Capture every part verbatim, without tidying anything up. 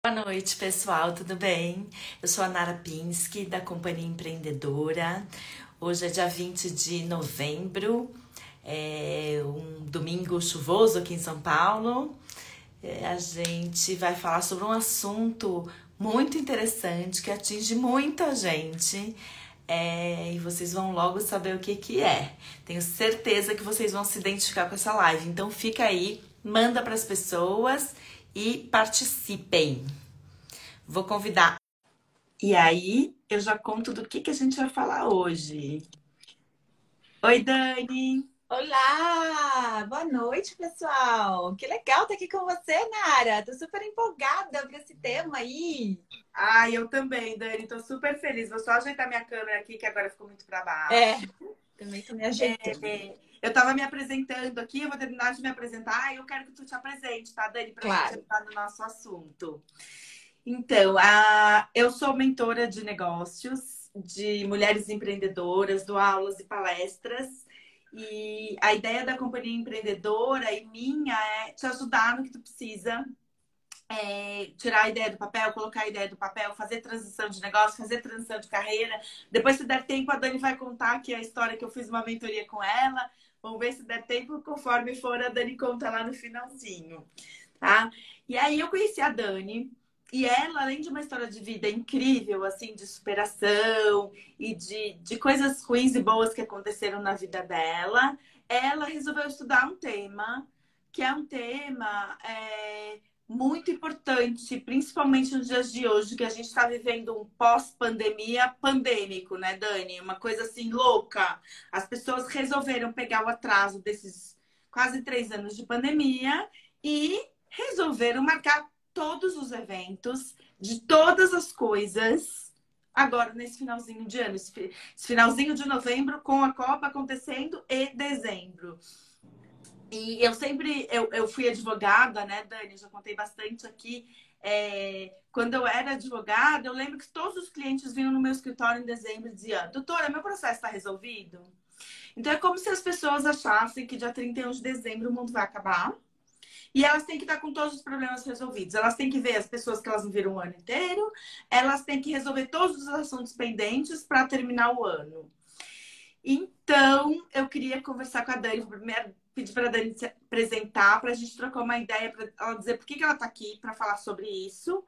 Boa noite, pessoal, tudo bem? Eu sou a Nara Pinsky, da Companhia Empreendedora. Hoje é dia vinte de novembro, é um domingo chuvoso aqui em São Paulo. É, a gente vai falar sobre um assunto muito interessante que atinge muita gente. É, e vocês vão logo saber o que que é. Tenho certeza que vocês vão se identificar com essa live. Então fica aí, manda para as pessoas e participem. Vou convidar. E aí, eu já conto do que que a gente vai falar hoje. Oi, Dani! Olá, boa noite, pessoal. Que legal estar aqui com você, Nara. Tô super empolgada para esse tema aí. Ai, eu também, Dani, tô super feliz. Vou só ajeitar minha câmera aqui, que agora ficou muito para É, baixo. também tô me ajeitando. É, eu tava me apresentando aqui, eu vou terminar de me apresentar e eu quero que tu te apresente, tá, Dani, pra gente Claro. entrar no nosso assunto. Então, a, eu sou mentora de negócios, de mulheres empreendedoras, dou aulas e palestras. E a ideia da companhia empreendedora e minha é te ajudar no que tu precisa, é, tirar a ideia do papel, colocar a ideia do papel, fazer transição de negócio, fazer transição de carreira. Depois, se der tempo, a Dani vai contar aqui a história que eu fiz uma mentoria com ela. Vamos ver se der tempo, conforme for, a Dani conta lá no finalzinho, tá? E aí eu conheci a Dani. E ela, além de uma história de vida incrível, assim, de superação e de, de coisas ruins e boas que aconteceram na vida dela, ela resolveu estudar um tema que é um tema é, muito importante, principalmente nos dias de hoje, que a gente está vivendo um pós-pandemia pandêmico, né, Dani? Uma coisa assim louca. As pessoas resolveram pegar o atraso desses quase três anos de pandemia e resolveram marcar todos os eventos de todas as coisas agora nesse finalzinho de ano, esse finalzinho de novembro com a Copa acontecendo e dezembro. E eu sempre, eu, eu fui advogada, né, Dani? Eu já contei bastante aqui. É, quando eu era advogada, eu lembro que todos os clientes vinham no meu escritório em dezembro e diziam: doutora, meu processo está resolvido? Então é como se as pessoas achassem que dia trinta e um de dezembro o mundo vai acabar. E elas têm que estar com todos os problemas resolvidos. Elas têm que ver as pessoas que elas não viram o ano inteiro. Elas têm que resolver todos os assuntos pendentes para terminar o ano. Então, eu queria conversar com a Dani. Primeiro, pedir para a Dani se apresentar, para a gente trocar uma ideia, para ela dizer por que que ela está aqui para falar sobre isso.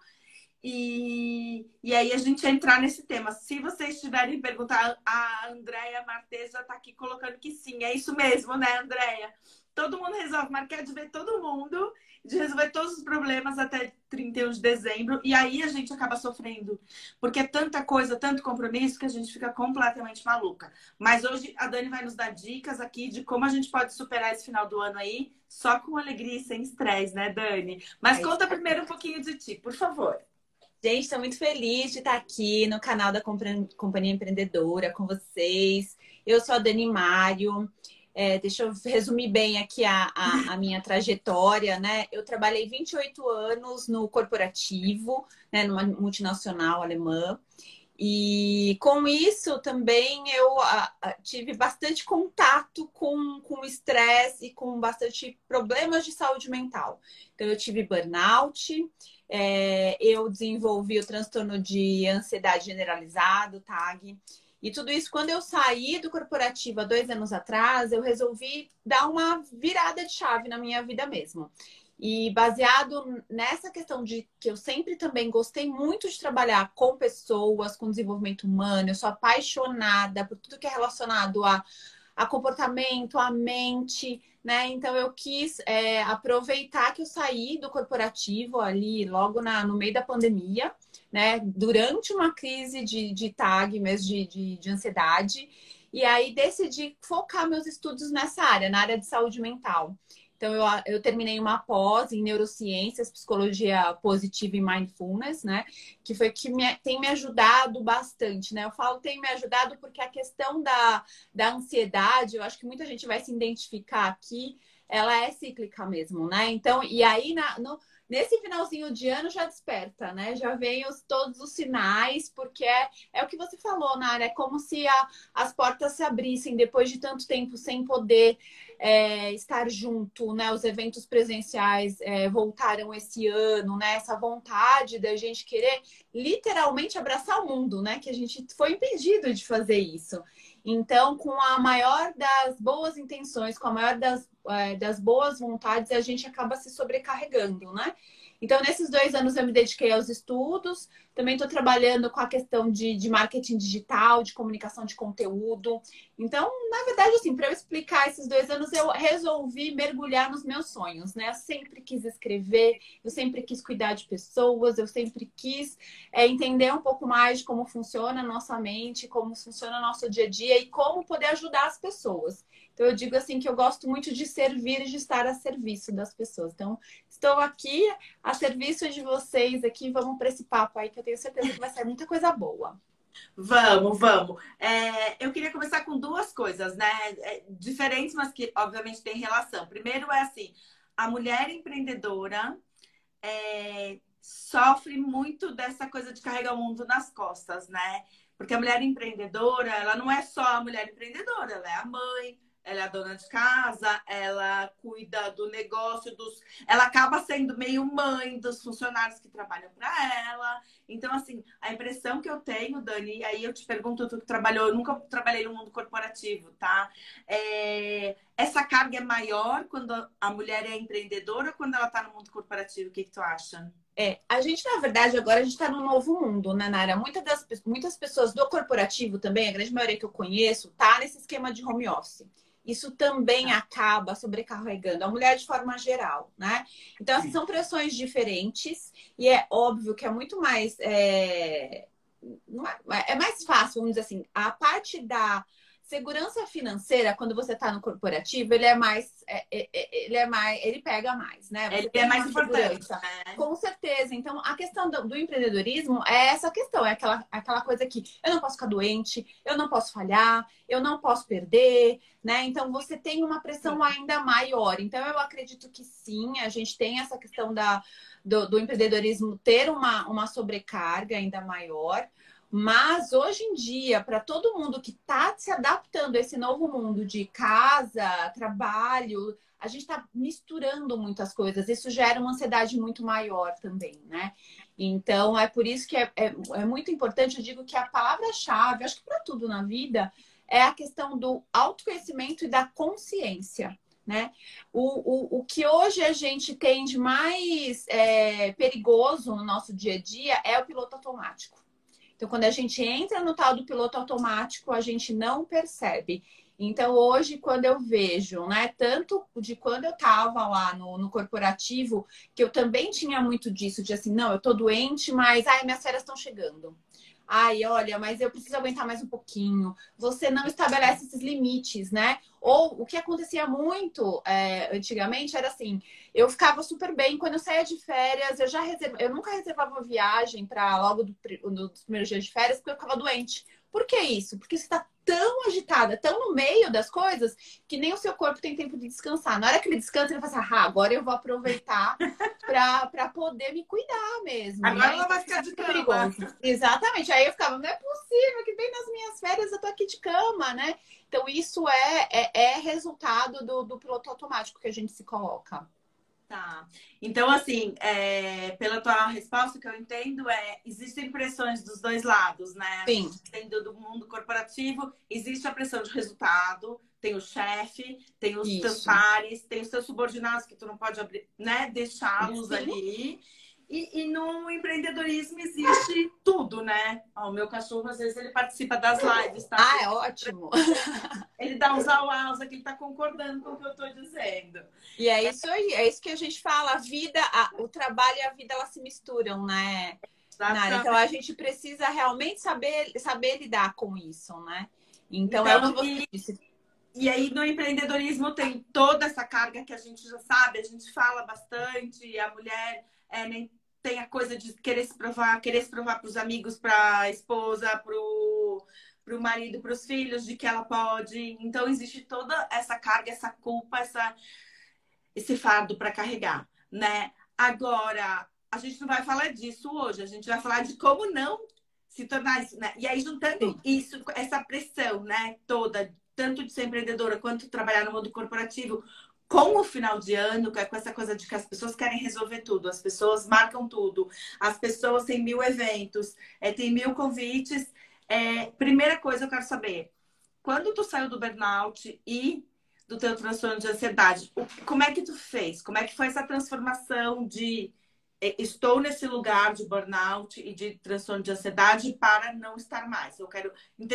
E, e aí a gente entrar nesse tema. Se vocês tiverem perguntar, a Andréia Martez já está aqui colocando que sim. É isso mesmo, né, Andréia? Todo mundo resolve, marcar de ver todo mundo, de resolver todos os problemas até trinta e um de dezembro. E aí a gente acaba sofrendo. Porque é tanta coisa, tanto compromisso, que a gente fica completamente maluca. Mas hoje a Dani vai nos dar dicas aqui de como a gente pode superar esse final do ano aí, só com alegria e sem estresse, né, Dani? Mas É isso. conta primeiro um pouquinho de ti, por favor. Gente, estou muito feliz de estar aqui no canal da Compre- Companhia Empreendedora com vocês. Eu sou a Dani Mário. É, deixa eu resumir bem aqui a, a, a minha trajetória, né? Eu trabalhei vinte e oito anos no corporativo, né, numa multinacional alemã. E com isso também eu a, a, tive bastante contato com, com estresse e com bastante problemas de saúde mental. Então, eu tive burnout, é, eu desenvolvi o transtorno de ansiedade generalizado, T A G. E tudo isso, quando eu saí do corporativo há dois anos atrás, eu resolvi dar uma virada de chave na minha vida mesmo. E baseado nessa questão de que eu sempre também gostei muito de trabalhar com pessoas, com desenvolvimento humano, eu sou apaixonada por tudo que é relacionado a, a comportamento, a mente, né? Então eu quis é, aproveitar que eu saí do corporativo ali logo na, no meio da pandemia, né? Durante uma crise de, de T A G, mesmo de, de, de ansiedade, e aí decidi focar meus estudos nessa área, na área de saúde mental. Então, eu, eu terminei uma pós em neurociências, psicologia positiva e mindfulness, né? Que foi que me, tem me ajudado bastante, né? Eu falo tem me ajudado porque a questão da, da ansiedade, eu acho que muita gente vai se identificar aqui, ela é cíclica mesmo, né? Então, e aí, na, no, nesse finalzinho de ano já desperta, né? Já vem os, todos os sinais, porque é, é o que você falou, Nara, é como se a, as portas se abrissem depois de tanto tempo sem poder é, estar junto, né? Os eventos presenciais é, voltaram esse ano, né? Essa vontade da gente querer literalmente abraçar o mundo, né? Que a gente foi impedido de fazer isso. Então, com a maior das boas intenções, com a maior das, é, das boas vontades, a gente acaba se sobrecarregando, né? Então, nesses dois anos eu me dediquei aos estudos, também estou trabalhando com a questão de, de marketing digital, de comunicação de conteúdo. Então, na verdade, assim, para eu explicar esses dois anos, eu resolvi mergulhar nos meus sonhos, né? Eu sempre quis escrever, eu sempre quis cuidar de pessoas, eu sempre quis é, entender um pouco mais de como funciona a nossa mente, como funciona o nosso dia a dia e como poder ajudar as pessoas. Então, eu digo assim que eu gosto muito de servir e de estar a serviço das pessoas. Então, estou aqui a serviço de vocês aqui. Vamos para esse papo aí que eu tenho certeza que vai sair muita coisa boa. Vamos, vamos. É, eu queria começar com duas coisas, né? É, diferentes, mas que obviamente têm relação. Primeiro é assim, a mulher empreendedora é, sofre muito dessa coisa de carregar o mundo nas costas, né? Porque a mulher empreendedora, ela não é só a mulher empreendedora, ela é a mãe, ela é a dona de casa, ela cuida do negócio, dos... ela acaba sendo meio mãe dos funcionários que trabalham para ela. Então, assim, a impressão que eu tenho, Dani, aí eu te pergunto, tu que trabalhou, eu nunca trabalhei no mundo corporativo, tá? É... Essa carga é maior quando a mulher é empreendedora ou quando ela está no mundo corporativo? O que que tu acha? É, a gente, na verdade, agora a gente está num novo mundo, né, Nara? Muitas, das, muitas pessoas do corporativo também, a grande maioria que eu conheço, tá nesse esquema de home office. Isso também acaba sobrecarregando a mulher de forma geral, né? Então, assim, são pressões diferentes e é óbvio que é muito mais... É, é mais fácil, vamos dizer assim, a parte da segurança financeira, quando você está no corporativo, ele é mais, é, é, é, ele é mais, ele pega mais, né? Você Ele é tem mais uma importante, segurança. né? Com certeza. Então, a questão do, do empreendedorismo é essa questão, é aquela, aquela coisa que eu não posso ficar doente, eu não posso falhar, eu não posso perder, né? Então, você tem uma pressão ainda maior. Então, eu acredito que sim, a gente tem essa questão da, do, do empreendedorismo ter uma, uma sobrecarga ainda maior. Mas hoje em dia, para todo mundo que está se adaptando a esse novo mundo de casa, trabalho, a gente está misturando muitas coisas. Isso gera uma ansiedade muito maior também, né? Então, é por isso que é, é, é muito importante. Eu digo que a palavra-chave, acho que para tudo na vida, é a questão do autoconhecimento e da consciência. Né? O, o, o que hoje a gente tem de mais é, perigoso no nosso dia a dia é o piloto automático. Então, quando a gente entra no tal do piloto automático, a gente não percebe. Então, hoje, quando eu vejo, né, tanto de quando eu estava lá no, no corporativo, que eu também tinha muito disso, de assim, não, eu tô doente, mas ai, minhas férias estão chegando. Ai, olha, mas eu preciso aguentar mais um pouquinho. Você não estabelece esses limites, né? Ou o que acontecia muito é, antigamente era assim, eu ficava super bem quando eu saía de férias, eu já reserv... eu nunca reservava viagem para logo do, do, dos primeiros dias de férias, porque eu ficava doente. Por que isso? Porque você está tão agitada, tão no meio das coisas, que nem o seu corpo tem tempo de descansar. Na hora que ele descansa, ele fala assim, ah, agora eu vou aproveitar para poder me cuidar mesmo. Agora Né? ela vai ficar de cama. Exatamente. Aí eu ficava, não é possível que bem nas minhas férias eu tô aqui de cama, né? Então, isso é, é, é resultado do, do piloto automático que a gente se coloca. Tá. Então, assim, é, pela tua resposta, o que eu entendo é existem pressões dos dois lados, né? Sim. Dentro do mundo corporativo, existe a pressão de resultado, tem o chefe, tem os Isso. teus pares, tem os teus subordinados que tu não pode abrir, né? Deixá-los ali. E, e no empreendedorismo existe tudo, né? Ó, o meu cachorro, às vezes, ele participa das lives, tá? Ah, é ótimo. Ele dá uns au-aus aqui, ele tá concordando com o que eu tô dizendo. E é isso aí, é isso que a gente fala, a vida, a, o trabalho e a vida, elas se misturam, né? Nara? Então, a gente precisa realmente saber, saber lidar com isso, né? Então, então é o que você e... disse. E aí, no empreendedorismo, tem toda essa carga que a gente já sabe, a gente fala bastante, a mulher é, nem tem a coisa de querer se provar, querer se provar para os amigos, para a esposa, para o marido, para os filhos, de que ela pode. Então, existe toda essa carga, essa culpa, essa, esse fardo para carregar, né? Agora, a gente não vai falar disso hoje, a gente vai falar de como não se tornar isso, né? E aí, juntando Sim. isso, essa pressão, né, toda, tanto de ser empreendedora quanto trabalhar no mundo corporativo, com o final de ano, com essa coisa de que as pessoas querem resolver tudo, as pessoas marcam tudo, as pessoas têm mil eventos, é, tem mil convites. É, primeira coisa eu quero saber, quando tu saiu do burnout e do teu transtorno de ansiedade, como é que tu fez? Como é que foi essa transformação de estou nesse lugar de burnout e de transtorno de ansiedade para não estar mais? Eu quero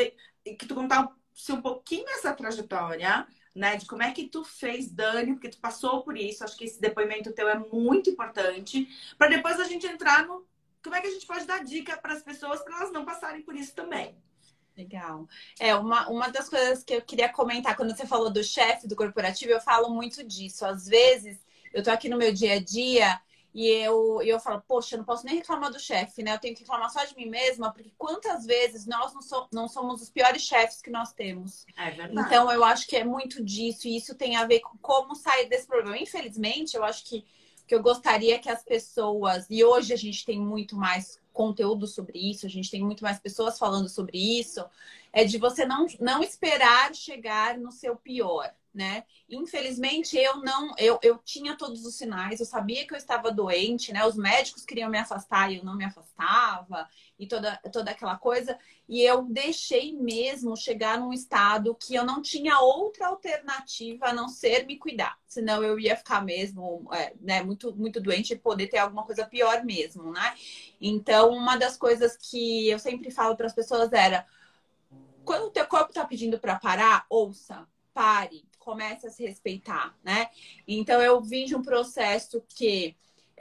que tu contasse um pouquinho essa trajetória, né? De como é que tu fez, Dani, porque tu passou por isso. Acho que esse depoimento teu é muito importante. Para depois a gente entrar no... Como é que a gente pode dar dica para as pessoas para elas não passarem por isso também? Legal. É, uma, uma das coisas que eu queria comentar, quando você falou do chefe do corporativo, eu falo muito disso. Às vezes, eu tô aqui no meu dia a dia e eu, eu falo, poxa, eu não posso nem reclamar do chefe, né? Eu tenho que reclamar só de mim mesma, porque quantas vezes nós não, so, não somos os piores chefes que nós temos. É verdade. Então, eu acho que é muito disso, e isso tem a ver com como sair desse problema. Infelizmente, eu acho que que eu gostaria que as pessoas, e hoje a gente tem muito mais conteúdo sobre isso, a gente tem muito mais pessoas falando sobre isso, é de você não, não esperar chegar no seu pior, né? Infelizmente, eu não, eu, eu tinha todos os sinais, eu sabia que eu estava doente, né? Os médicos queriam me afastar e eu não me afastava, e toda, toda aquela coisa, e eu deixei mesmo chegar num estado que eu não tinha outra alternativa a não ser me cuidar, senão eu ia ficar mesmo, é, né, muito, muito doente e poder ter alguma coisa pior mesmo, né? Então, uma das coisas que eu sempre falo para as pessoas era, quando o teu corpo está pedindo para parar, ouça, pare, comece a se respeitar, né? Então, eu vim de um processo que,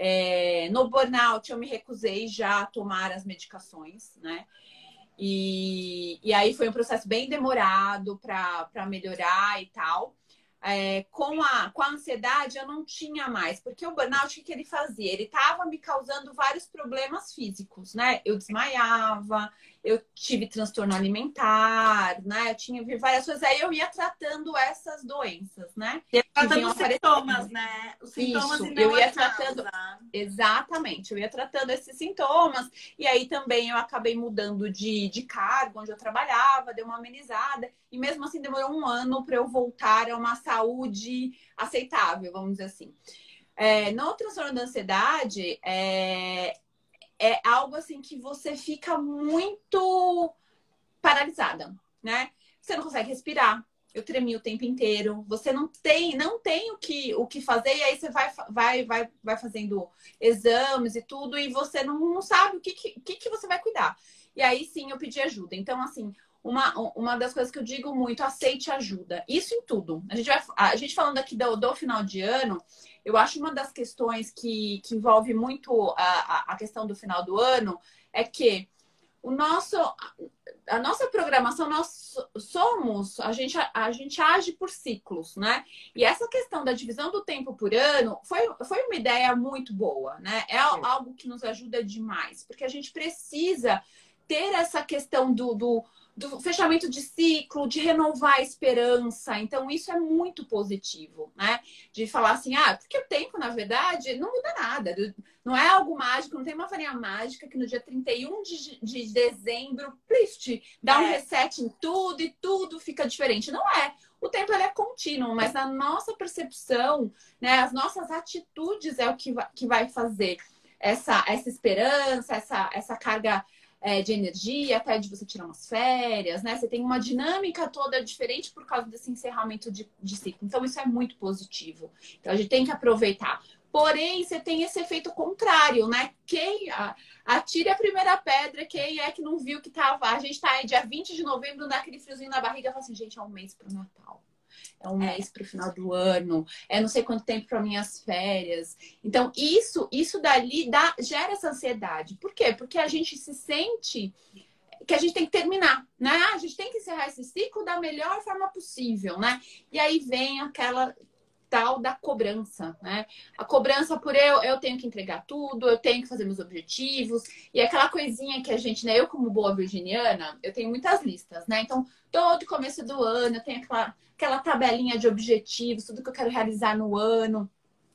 é, no burnout, eu me recusei já a tomar as medicações, né? E, e aí foi um processo bem demorado para melhorar e tal. É, com, a, com a ansiedade eu não tinha mais, porque o burnout, o que, que ele fazia? Ele estava me causando vários problemas físicos, né? Eu desmaiava, eu tive transtorno alimentar, né? Eu tinha várias coisas, aí eu ia tratando essas doenças, né? E Que tratando vinham os sintomas, né? Os sintomas Isso, e não eu ia a tratando. causa. Exatamente, eu ia tratando esses sintomas, e aí também eu acabei mudando de, de cargo onde eu trabalhava, deu uma amenizada, e mesmo assim demorou um ano para eu voltar a uma saúde aceitável, vamos dizer assim. É, no transtorno da ansiedade, é, é algo assim que você fica muito paralisada, né? Você não consegue respirar. Eu tremi o tempo inteiro. Você não tem, não tem o que, o que fazer, e aí você vai, vai, vai, vai fazendo exames e tudo, e você não, não sabe o que, que, que você vai cuidar. E aí sim eu pedi ajuda. Então, assim, uma, uma das coisas que eu digo muito, aceite ajuda. Isso em tudo. A gente, vai, a gente falando aqui do, do final de ano, eu acho uma das questões que, que envolve muito a, a questão do final do ano é que o nosso, a nossa programação, nós somos, a gente, a gente age por ciclos, né? E essa questão da divisão do tempo por ano foi, foi uma ideia muito boa, né? É algo que nos ajuda demais, porque a gente precisa ter essa questão do, do, do fechamento de ciclo, de renovar a esperança. Então, isso é muito positivo, né? De falar assim, ah, porque o tempo, na verdade, não muda nada. Não é algo mágico, não tem uma varinha mágica que no dia trinta e um de, de dezembro, plist, dá um reset em tudo e tudo fica diferente. Não é. O tempo ele é contínuo, mas na nossa percepção, né, as nossas atitudes é o que vai, que vai fazer essa, essa esperança, essa, essa carga é, de energia, até de você tirar umas férias, né? Você tem uma dinâmica toda diferente por causa desse encerramento de, de ciclo. Então, isso é muito positivo. Então, a gente tem que aproveitar. Porém, você tem esse efeito contrário, né? Quem atire a primeira pedra, quem é que não viu que tava... A gente tá aí dia vinte de novembro, naquele friozinho na barriga, fala assim, gente, é um mês pro Natal. É um mês pro final do ano. É não sei quanto tempo para minhas férias. Então, isso, isso dali dá, gera essa ansiedade. Por quê? Porque a gente se sente que a gente tem que terminar, né? A gente tem que encerrar esse ciclo da melhor forma possível, né? E aí vem aquela... tal da cobrança, né? A cobrança por eu, eu tenho que entregar tudo, eu tenho que fazer meus objetivos, e aquela coisinha que a gente, né? Eu, como boa virginiana, eu tenho muitas listas, né? Então, todo começo do ano eu tenho aquela, aquela tabelinha de objetivos, tudo que eu quero realizar no ano.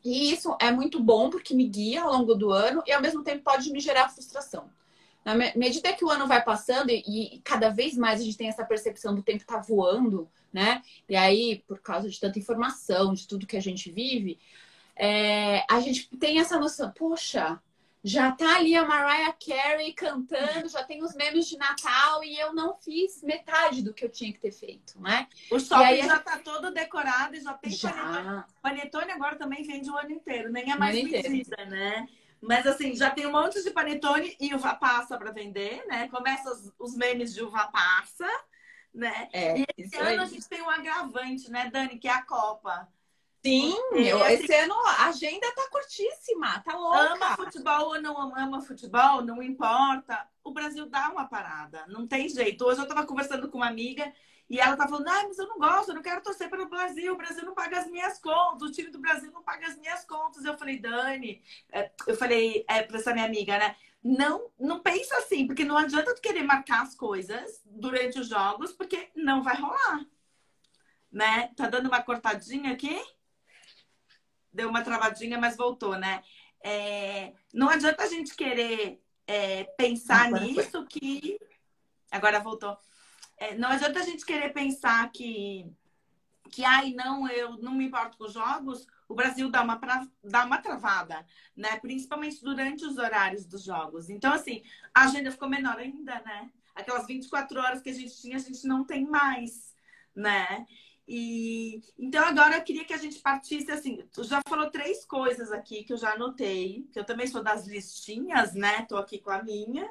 E isso é muito bom porque me guia ao longo do ano e ao mesmo tempo pode me gerar frustração. Na medida que o ano vai passando e, e cada vez mais a gente tem essa percepção do tempo tá voando, né? E aí, por causa de tanta informação, de tudo que a gente vive, é, a gente tem essa noção, poxa, já tá ali a Mariah Carey cantando, já tem os memes de Natal e eu não fiz metade do que eu tinha que ter feito, né? O shopping aí, já tá todo decorado e já tem já... panetone. Panetone agora também vende o ano inteiro, nem é O mais ano inteiro. medida, né? Mas assim, já tem um monte de panetone e uva passa para vender, né? Começa os, os memes de uva passa, né? É, e esse isso ano aí. a gente tem um agravante, né, Dani, que é a Copa. Sim, Porque, eu, assim, esse ano a agenda tá curtíssima, tá louca. ama futebol ou não ama futebol, não importa. O Brasil dá uma parada, não tem jeito. Hoje eu estava conversando com uma amiga e ela tá falando, ah, mas eu não gosto, eu não quero torcer pelo Brasil, o Brasil não paga as minhas contas, o time do Brasil não paga as minhas contas. Eu falei, Dani, eu falei é, para essa minha amiga, né? Não, não pensa assim, porque não adianta tu querer marcar as coisas durante os jogos, porque não vai rolar, né? Tá dando uma cortadinha aqui? Deu uma travadinha, mas voltou, né? É, não adianta a gente querer é, pensar Agora nisso foi. que... Agora voltou. É, não adianta a gente querer pensar que, que ai, não, eu não me importo com os jogos. O Brasil dá uma, pra, dá uma travada, né? Principalmente durante os horários dos jogos. Então, assim, a agenda ficou menor ainda, né? Aquelas vinte e quatro horas que a gente tinha, a gente não tem mais, né? E então agora eu queria que a gente partisse assim. Tu já falou três coisas aqui que eu já anotei, que eu também sou das listinhas, né? Tô aqui com a minha.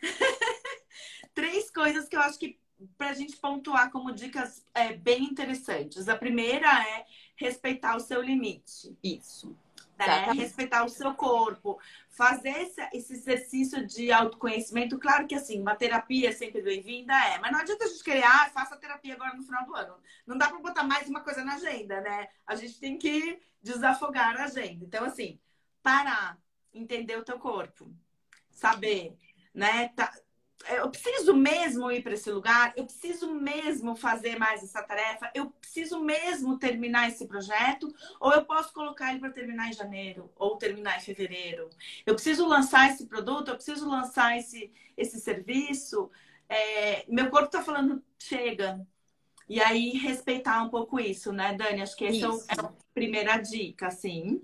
Três coisas que eu acho que para a gente pontuar como dicas é, bem interessantes. A primeira é respeitar o seu limite. Isso. Né? Respeitar o seu corpo, fazer esse, esse exercício de autoconhecimento. Claro que assim, uma terapia sempre bem-vinda é, mas não adianta a gente querer, ah, faça terapia agora no final do ano. Não dá para botar mais uma coisa na agenda, né? A gente tem que desafogar a agenda. Então, assim, parar, entender o teu corpo, saber, né? Tá, eu preciso mesmo ir para esse lugar, eu preciso mesmo fazer mais essa tarefa, eu preciso mesmo terminar esse projeto, ou eu posso colocar ele para terminar em janeiro, ou terminar em fevereiro. Eu preciso lançar esse produto, eu preciso lançar esse, esse serviço. É, meu corpo está falando, chega. E aí, respeitar um pouco isso, né, Dani? Acho que essa é a primeira dica, assim.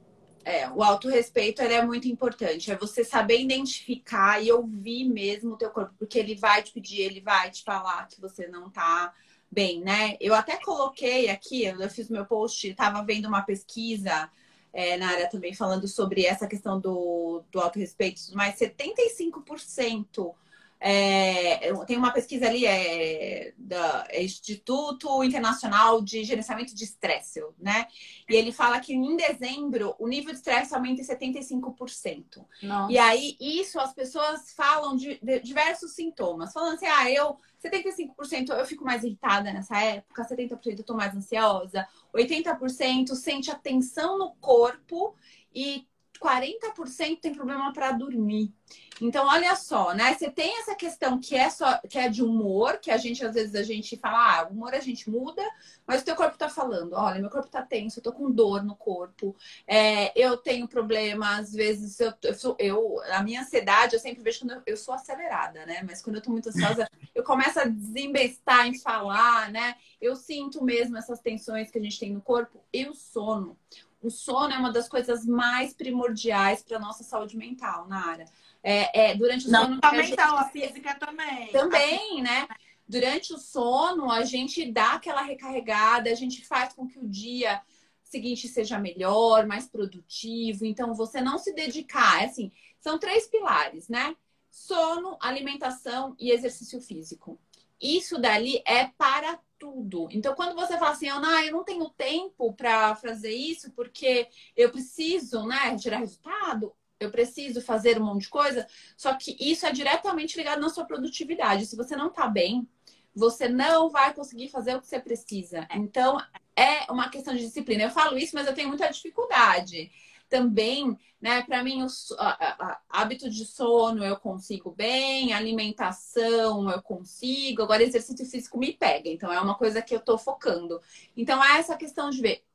É, o autorrespeito ele é muito importante. É você saber identificar e ouvir mesmo o teu corpo, porque ele vai te pedir, ele vai te falar que você não tá bem, né? Eu até coloquei aqui, eu fiz meu post, estava vendo uma pesquisa é, na área também falando sobre essa questão do, do autorrespeito, mas setenta e cinco por cento É, tem uma pesquisa ali, é, da é Instituto Internacional de Gerenciamento de Estresse, né? E ele fala que em dezembro o nível de estresse aumenta em setenta e cinco por cento. Nossa. E aí, isso as pessoas falam de, de diversos sintomas. Falando assim, ah, eu, setenta e cinco por cento eu fico mais irritada nessa época, setenta por cento eu tô mais ansiosa, oitenta por cento sente a tensão no corpo e quarenta por cento tem problema para dormir. Então, olha só, né? Você tem essa questão que é só que é de humor, que a gente às vezes a gente fala, ah, o humor a gente muda, mas o teu corpo tá falando, olha, meu corpo tá tenso, eu tô com dor no corpo, é, eu tenho problema, às vezes eu, eu, eu a minha ansiedade eu sempre vejo quando eu, eu sou acelerada, né? Mas quando eu tô muito ansiosa, eu começo a desembestar em falar, né? Eu sinto mesmo essas tensões que a gente tem no corpo e o sono. O sono é uma das coisas mais primordiais para nossa saúde mental, Nara. É, é, durante o Não, sono... a mental, a física também. Também, né? Durante o sono, a gente dá aquela recarregada, a gente faz com que o dia seguinte seja melhor, mais produtivo. Então, você não se dedicar, assim, são três pilares, né? Sono, alimentação e exercício físico. Isso dali é para tudo. Então, quando você fala assim, ah, eu não tenho tempo para fazer isso porque eu preciso, né, tirar resultado, eu preciso fazer um monte de coisa, só que isso é diretamente ligado na sua produtividade. Se você não tá bem, você não vai conseguir fazer o que você precisa. Então, é uma questão de disciplina. Eu falo isso, mas eu tenho muita dificuldade. Também, né, para mim, o a, a, hábito de sono eu consigo bem, alimentação eu consigo, agora exercício físico me pega, então é uma coisa que eu tô focando. Então, é essa questão de ver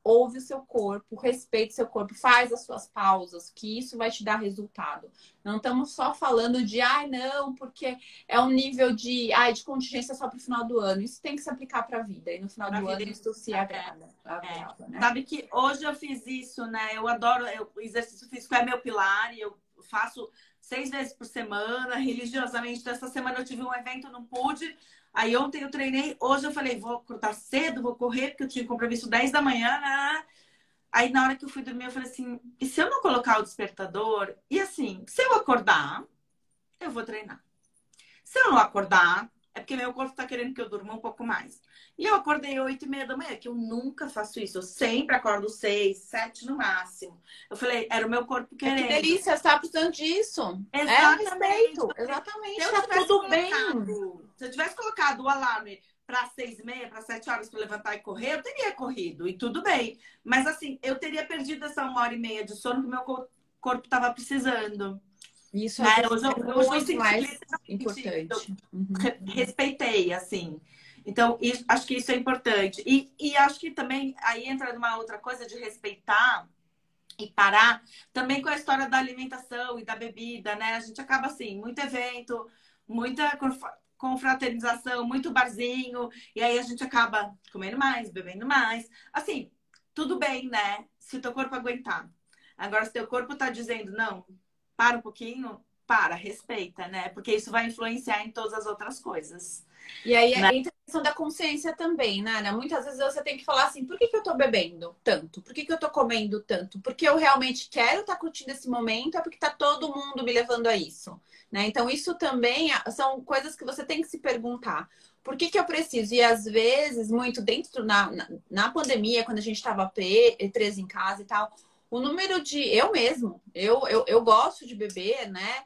ouve o seu corpo, respeite o seu corpo, faz as suas pausas, que isso vai te dar resultado. Não estamos só falando de, ai, não, porque é um nível de, ai, de contingência só para o final do ano. Isso tem que se aplicar para a vida. E no final Pra do vida. ano isso se agrada. É. agrada né? Sabe que hoje eu fiz isso, né? Eu adoro, eu, o exercício físico é meu pilar e eu faço seis vezes por semana, religiosamente. Então, essa semana eu tive um evento, não pude. Aí ontem eu treinei, hoje eu falei, vou acordar cedo, vou correr, porque eu tinha compromisso dez da manhã, né? Aí na hora que eu fui dormir, eu falei assim, e se eu não colocar o despertador? E assim, se eu acordar, eu vou treinar. Se eu não acordar, é porque meu corpo tá querendo que eu durma um pouco mais. E eu acordei oito e meia da manhã, que eu nunca faço isso. Eu sempre acordo seis, sete no máximo. Eu falei, era o meu corpo É que querendo. delícia, você tá precisando disso. Exatamente. É respeito, Se exatamente, eu tá tivesse tudo bem. colocado, se eu tivesse colocado o alarme para seis e meia, para sete horas para levantar e correr, eu teria corrido e tudo bem. Mas assim, eu teria perdido essa uma hora e meia de sono que meu corpo estava precisando. Isso Né? às vezes Hoje, eu, é hoje eu muito senti mais literalmente, eu importante. Uhum. re- respeitei, assim. Então, isso- acho que isso é importante. E, e acho que também aí entra numa outra coisa de respeitar e parar também com a história da alimentação e da bebida, né? A gente acaba assim, muito evento, muita conf- confraternização, muito barzinho, e aí a gente acaba comendo mais, bebendo mais. Assim, tudo bem, né? Se o teu corpo aguentar. Agora, se teu corpo tá dizendo, não, para um pouquinho, para, respeita, né? Porque isso vai influenciar em todas as outras coisas. E aí Né? entra a questão da consciência também, né, Ana? Muitas vezes você tem que falar assim, por que, que eu tô bebendo tanto? Por que, que eu tô comendo tanto? Porque eu realmente quero estar curtindo esse momento, é porque tá todo mundo me levando a isso, né? Então isso também são coisas que você tem que se perguntar. Por que, que eu preciso? E às vezes, muito dentro, na, na, na pandemia, quando a gente estava preso em casa e tal, o número de... Eu mesmo, eu, eu, eu gosto de beber, né?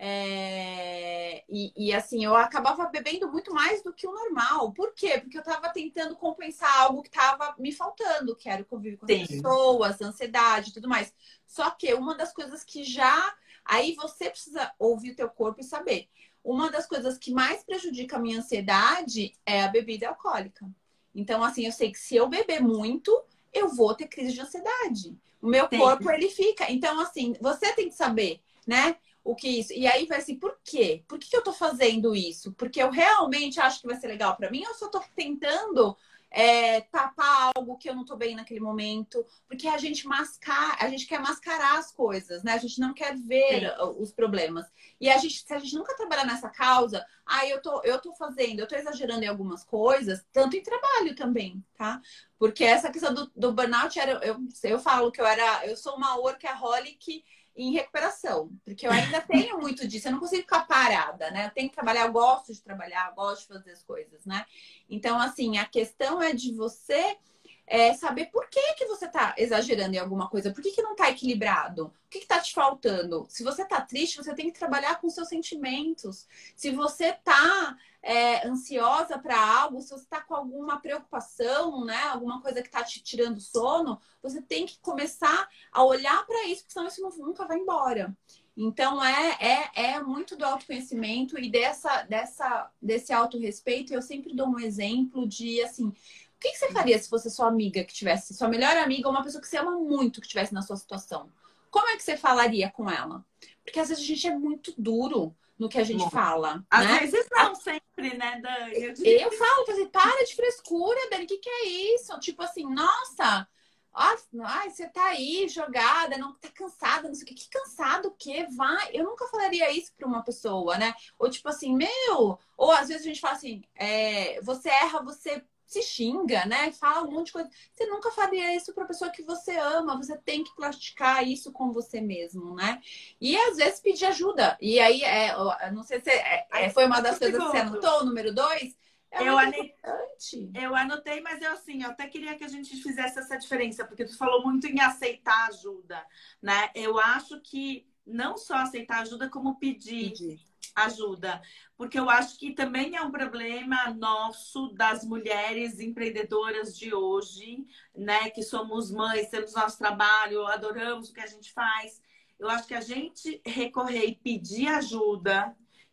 É, e, e assim, eu acabava bebendo muito mais do que o normal. Por quê? Porque eu estava tentando compensar algo que estava me faltando, que era o convívio com as Sim. pessoas, a ansiedade e tudo mais. Só que uma das coisas que já... Aí você precisa ouvir o teu corpo e saber. Uma das coisas que mais prejudica a minha ansiedade é a bebida alcoólica. Então, assim, eu sei que se eu beber muito, eu vou ter crise de ansiedade. O meu Sim. corpo, ele fica... Então, assim, você tem que saber, né? O que isso? E aí vai assim, por quê? Por que eu tô fazendo isso? Porque eu realmente acho que vai ser legal para mim ou só tô tentando é, tapar algo que eu não tô bem naquele momento? Porque a gente mascar, a gente quer mascarar as coisas, né? A gente não quer ver Sim. os problemas. E a gente, se a gente nunca trabalhar nessa causa, aí ah, eu tô, eu tô fazendo, eu tô exagerando em algumas coisas, tanto em trabalho também, tá? Porque essa questão do, do burnout era, eu, eu falo que eu era, eu sou uma workaholic em recuperação, porque eu ainda tenho muito disso, eu não consigo ficar parada, né? Eu tenho que trabalhar, eu gosto de trabalhar, eu gosto de fazer as coisas, né? Então, assim, a questão é de você é, saber por que que você tá exagerando em alguma coisa, por que que não tá equilibrado, o que que tá te faltando. Se você tá triste, você tem que trabalhar com seus sentimentos. Se você tá é, ansiosa para algo, se você tá com alguma preocupação, né, alguma coisa que tá te tirando sono, você tem que começar a olhar para isso, porque senão isso nunca vai embora. Então, é, é, é muito do autoconhecimento e dessa, dessa, desse autorrespeito. Eu sempre dou um exemplo de, assim, o que, que você faria se fosse sua amiga que tivesse, sua melhor amiga, ou uma pessoa que você ama muito que tivesse na sua situação? Como é que você falaria com ela? Porque às vezes a gente é muito duro no que a gente Bom, fala, às né? vezes não, sempre, né, Dani? Eu diria Eu que falo, assim, para de frescura, Dani, o que, que é isso? Tipo assim, nossa, ó, ai, você tá aí jogada, não tá cansada, não sei o que. Que cansado o quê? Vai. Eu nunca falaria isso pra uma pessoa, né? Ou tipo assim, meu, ou às vezes a gente fala assim, é, você erra, você se xinga, né? Fala um monte de coisa. Você nunca faria isso pra pessoa que você ama. Você tem que praticar isso com você mesmo, né? E às vezes pedir ajuda. E aí, é, eu não sei se é, é, foi uma das coisas que você anotou, o número dois. É eu, muito ane... importante. eu anotei, mas eu assim, eu até queria que a gente fizesse essa diferença, porque tu falou muito em aceitar ajuda, né? Eu acho que não só aceitar ajuda, como pedir. pedir. Ajuda, porque eu acho que também é um problema nosso das mulheres empreendedoras de hoje, né? Que somos mães, temos nosso trabalho, adoramos o que a gente faz. Eu acho que a gente recorrer e pedir ajuda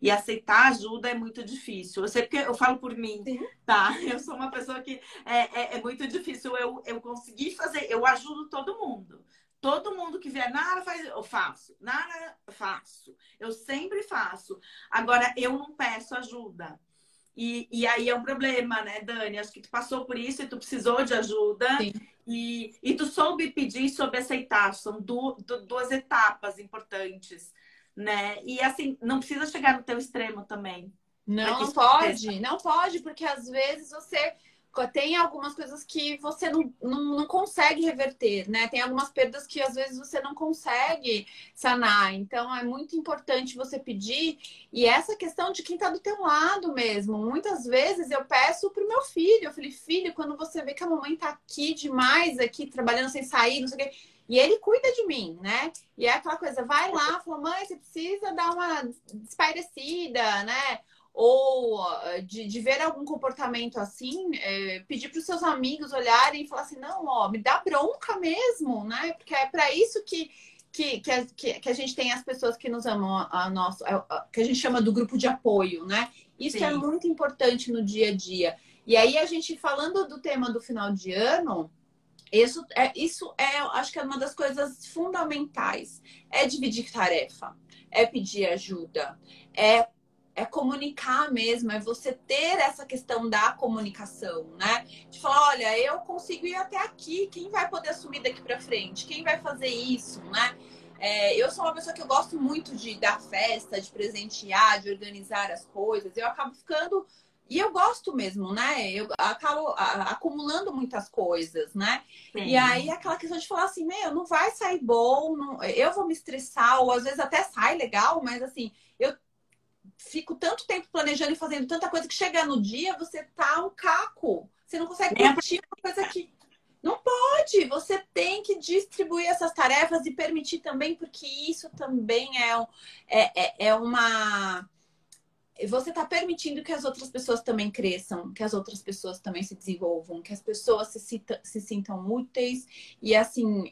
E aceitar ajuda é muito difícil. Eu sei porque eu falo por mim, Sim. tá? Eu sou uma pessoa que é, é, é muito difícil eu, eu conseguir fazer. Eu ajudo todo mundo. Todo mundo que vier, Nara, faz, eu faço. Nara, faço. Eu sempre faço. Agora, eu não peço ajuda. E, e aí é um problema, né, Dani? Acho que tu passou por isso e tu precisou de ajuda. Sim. E, e tu soube pedir e soube aceitar. São du, du, duas etapas importantes, né? E assim, não precisa chegar no teu extremo também. Não, não pode. Não pode, porque às vezes você tem algumas coisas que você não, não, não consegue reverter, né? Tem algumas perdas que às vezes você não consegue sanar. Então é muito importante você pedir. E essa questão de quem tá do teu lado mesmo. Muitas vezes eu peço pro meu filho. Eu falei, filho, quando você vê que a mamãe tá aqui demais, aqui trabalhando sem sair, não sei o quê. E ele cuida de mim, né? E é aquela coisa, vai lá, fala, mãe, você precisa dar uma espairecida, né? Ou de, de ver algum comportamento assim, é, pedir para os seus amigos olharem e falar assim, não, ó, me dá bronca mesmo, né? Porque é para isso que, que, que, a, que, que a gente tem as pessoas que nos amam, a, a nosso, a, a, que a gente chama do grupo de apoio, né? Isso Sim. é muito importante no dia a dia. E aí a gente, falando do tema do final de ano, isso é, isso é, acho que é uma das coisas fundamentais. É dividir tarefa, é pedir ajuda, é É comunicar mesmo, é você ter essa questão da comunicação, né? De falar, olha, eu consigo ir até aqui, quem vai poder assumir daqui para frente? Quem vai fazer isso, né? É, eu sou uma pessoa que eu gosto muito de dar festa, de presentear, de organizar as coisas. Eu acabo ficando... E eu gosto mesmo, né? Eu acabo a, acumulando muitas coisas, né? Sim. E aí aquela questão de falar assim, meu, não vai sair bom, não... eu vou me estressar, ou às vezes até sai legal, mas assim, eu fico tanto tempo planejando e fazendo tanta coisa que chega no dia, você tá um caco. Você não consegue curtir uma coisa que... Não pode! Você tem que distribuir essas tarefas e permitir também, porque isso também é, é, é, é uma... Você tá permitindo que as outras pessoas também cresçam, que as outras pessoas também se desenvolvam, que as pessoas se, cita, se sintam úteis. E assim,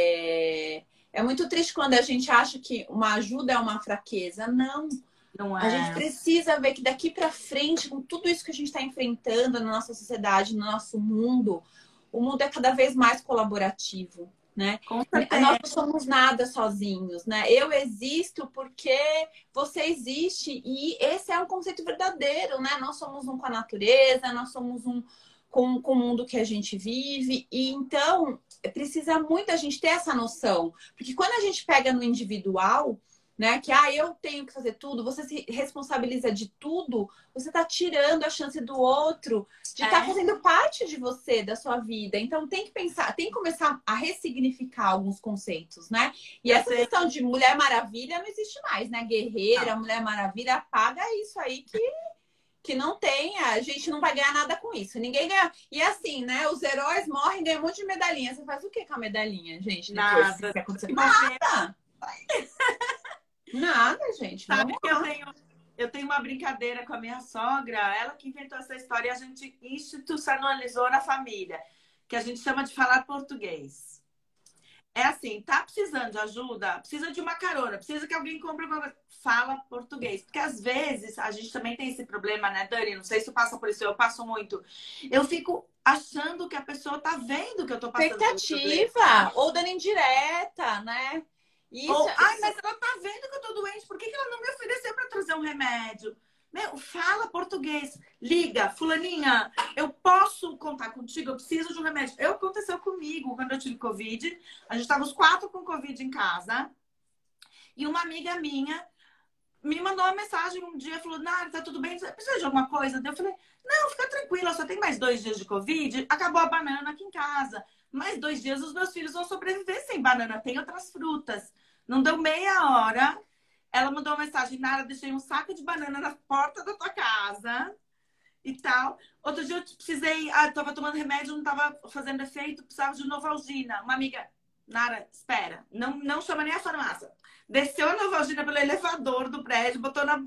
é... é muito triste quando a gente acha que uma ajuda é uma fraqueza. Não! Não é. A gente precisa ver que daqui para frente, com tudo isso que a gente está enfrentando na nossa sociedade, no nosso mundo, o mundo é cada vez mais colaborativo, né? Nós não somos nada sozinhos, né? Eu existo porque você existe e esse é um conceito verdadeiro, né? Nós somos um com a natureza, nós somos um com, com o mundo que a gente vive e então precisa muito a gente ter essa noção, porque quando a gente pega no individual, né? Que ah, eu tenho que fazer tudo, você se responsabiliza de tudo, você está tirando a chance do outro de estar é. tá fazendo parte de você, da sua vida. Então tem que pensar, tem que começar a ressignificar alguns conceitos, né? E eu essa sei. questão de Mulher Maravilha não existe mais, né? Guerreira, não. Mulher Maravilha, apaga isso aí que, que não tem, a gente não vai ganhar nada com isso. Ninguém ganha. E assim, né? Os heróis morrem, ganham um monte de medalhinha. Você faz o que com a medalhinha, gente? Depois nada. Que acontecer? Nada. Nada, gente. Sabe que eu tenho, eu tenho uma brincadeira com a minha sogra, ela que inventou essa história e a gente institucionalizou na família, que a gente chama de falar português. É assim, tá precisando de ajuda? Precisa de uma carona, precisa que alguém compre uma... Fala português. Porque às vezes a gente também tem esse problema, né, Dani? Não sei se tu passa por isso, eu passo muito. Eu fico achando que a pessoa tá vendo que eu tô passando por isso. Expectativa, ou dando indireta, né? Isso, Ou, ai, isso... mas ela tá vendo que eu tô doente, por que, que ela não me ofereceu para trazer um remédio? Meu, fala português, liga, fulaninha, eu posso contar contigo, eu preciso de um remédio. Eu aconteceu comigo quando eu tive Covid, a gente tava os quatro com Covid em casa, e uma amiga minha me mandou uma mensagem um dia, falou, Nara, tá tudo bem? Você precisa de alguma coisa? Eu falei, não, fica tranquila, só tem mais dois dias de Covid, acabou a banana aqui em casa. Mais dois dias os meus filhos vão sobreviver sem banana. Tem outras frutas. Não deu meia hora. Ela mandou uma mensagem. Nara, deixei um saco de banana na porta da tua casa. E tal. Outro dia eu precisei... Ah, tava tomando remédio, não tava fazendo efeito. Precisava de Novalgina. Uma amiga... Nara, espera. Não, não chama nem a farmácia. Desceu a Novalgina pelo elevador do prédio. Botou na...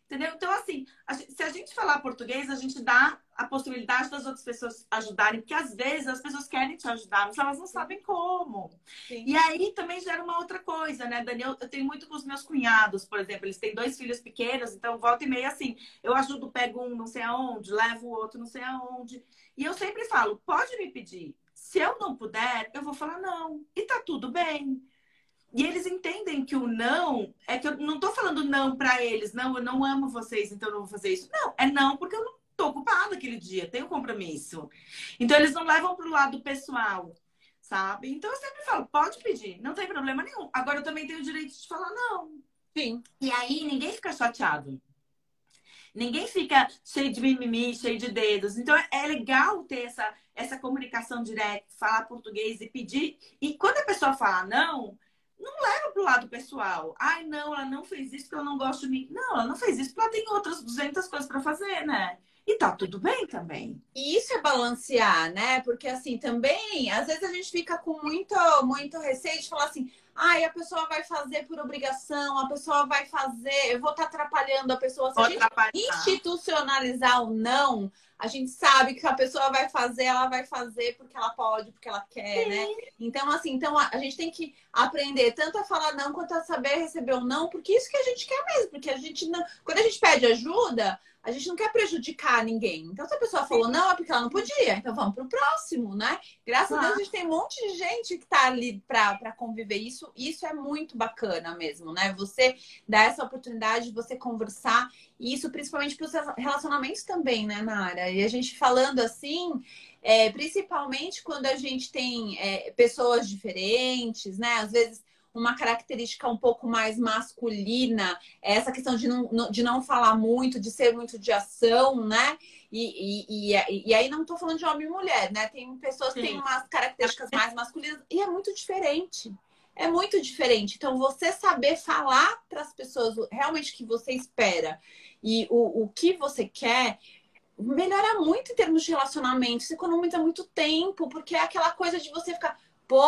Entendeu? Então, assim, a gente, se a gente falar português, a gente dá a possibilidade das outras pessoas ajudarem, porque às vezes as pessoas querem te ajudar, mas elas não sabem como. Sim. E aí também gera uma outra coisa, né, Daniel? Eu tenho muito com os meus cunhados, por exemplo, eles têm dois filhos pequenos, então volta e meia assim, eu ajudo, pego um não sei aonde, levo o outro não sei aonde. E eu sempre falo, pode me pedir. Se eu não puder, eu vou falar não. E tá tudo bem. E eles entendem que o não é que eu não tô falando não para eles, não, eu não amo vocês, então eu não vou fazer isso. Não, é não porque eu não tô ocupada aquele dia, tenho compromisso. Então eles não levam pro lado pessoal, sabe? Então eu sempre falo, pode pedir, não tem problema nenhum. Agora eu também tenho o direito de falar não. Sim. E aí ninguém fica chateado. Ninguém fica cheio de mimimi, cheio de dedos. Então é legal ter essa, essa comunicação direta, falar português e pedir. E quando a pessoa fala não, não leva pro lado pessoal. Ai, não, ela não fez isso porque ela não gosta de mim. Não, ela não fez isso porque ela tem outras duzentas coisas para fazer, né? E tá tudo bem também. E isso é balancear, né? Porque assim, também, às vezes a gente fica com muito, muito receio de falar assim, ai, a pessoa vai fazer por obrigação, a pessoa vai fazer, eu vou estar atrapalhando a pessoa. Se a Vou gente atrapalhar. institucionalizar o não, a gente sabe que a pessoa vai fazer, ela vai fazer porque ela pode, porque ela quer, Sim. né? Então, assim, então a, a gente tem que aprender tanto a falar não quanto a saber receber o não, porque isso que a gente quer mesmo, porque a gente não. Quando a gente pede ajuda, a gente não quer prejudicar ninguém. Então, se a pessoa falou não, é porque ela não podia. Então, vamos pro próximo, né? Graças a Deus, a gente tem um monte de gente que tá ali para conviver. Isso, isso é muito bacana mesmo, né? Você dar essa oportunidade de você conversar. E isso principalmente para os relacionamentos também, né, Nara? E a gente falando assim, é, principalmente quando a gente tem é, pessoas diferentes, né? Às vezes uma característica um pouco mais masculina, essa questão de não, de não falar muito, de ser muito de ação, né? E, e, e, e aí não estou falando de homem e mulher, né? Tem pessoas que têm umas características mais masculinas e é muito diferente. É muito diferente. Então, você saber falar para as pessoas realmente o que você espera e o, o que você quer melhora muito em termos de relacionamento. Isso economiza muito tempo, porque é aquela coisa de você ficar,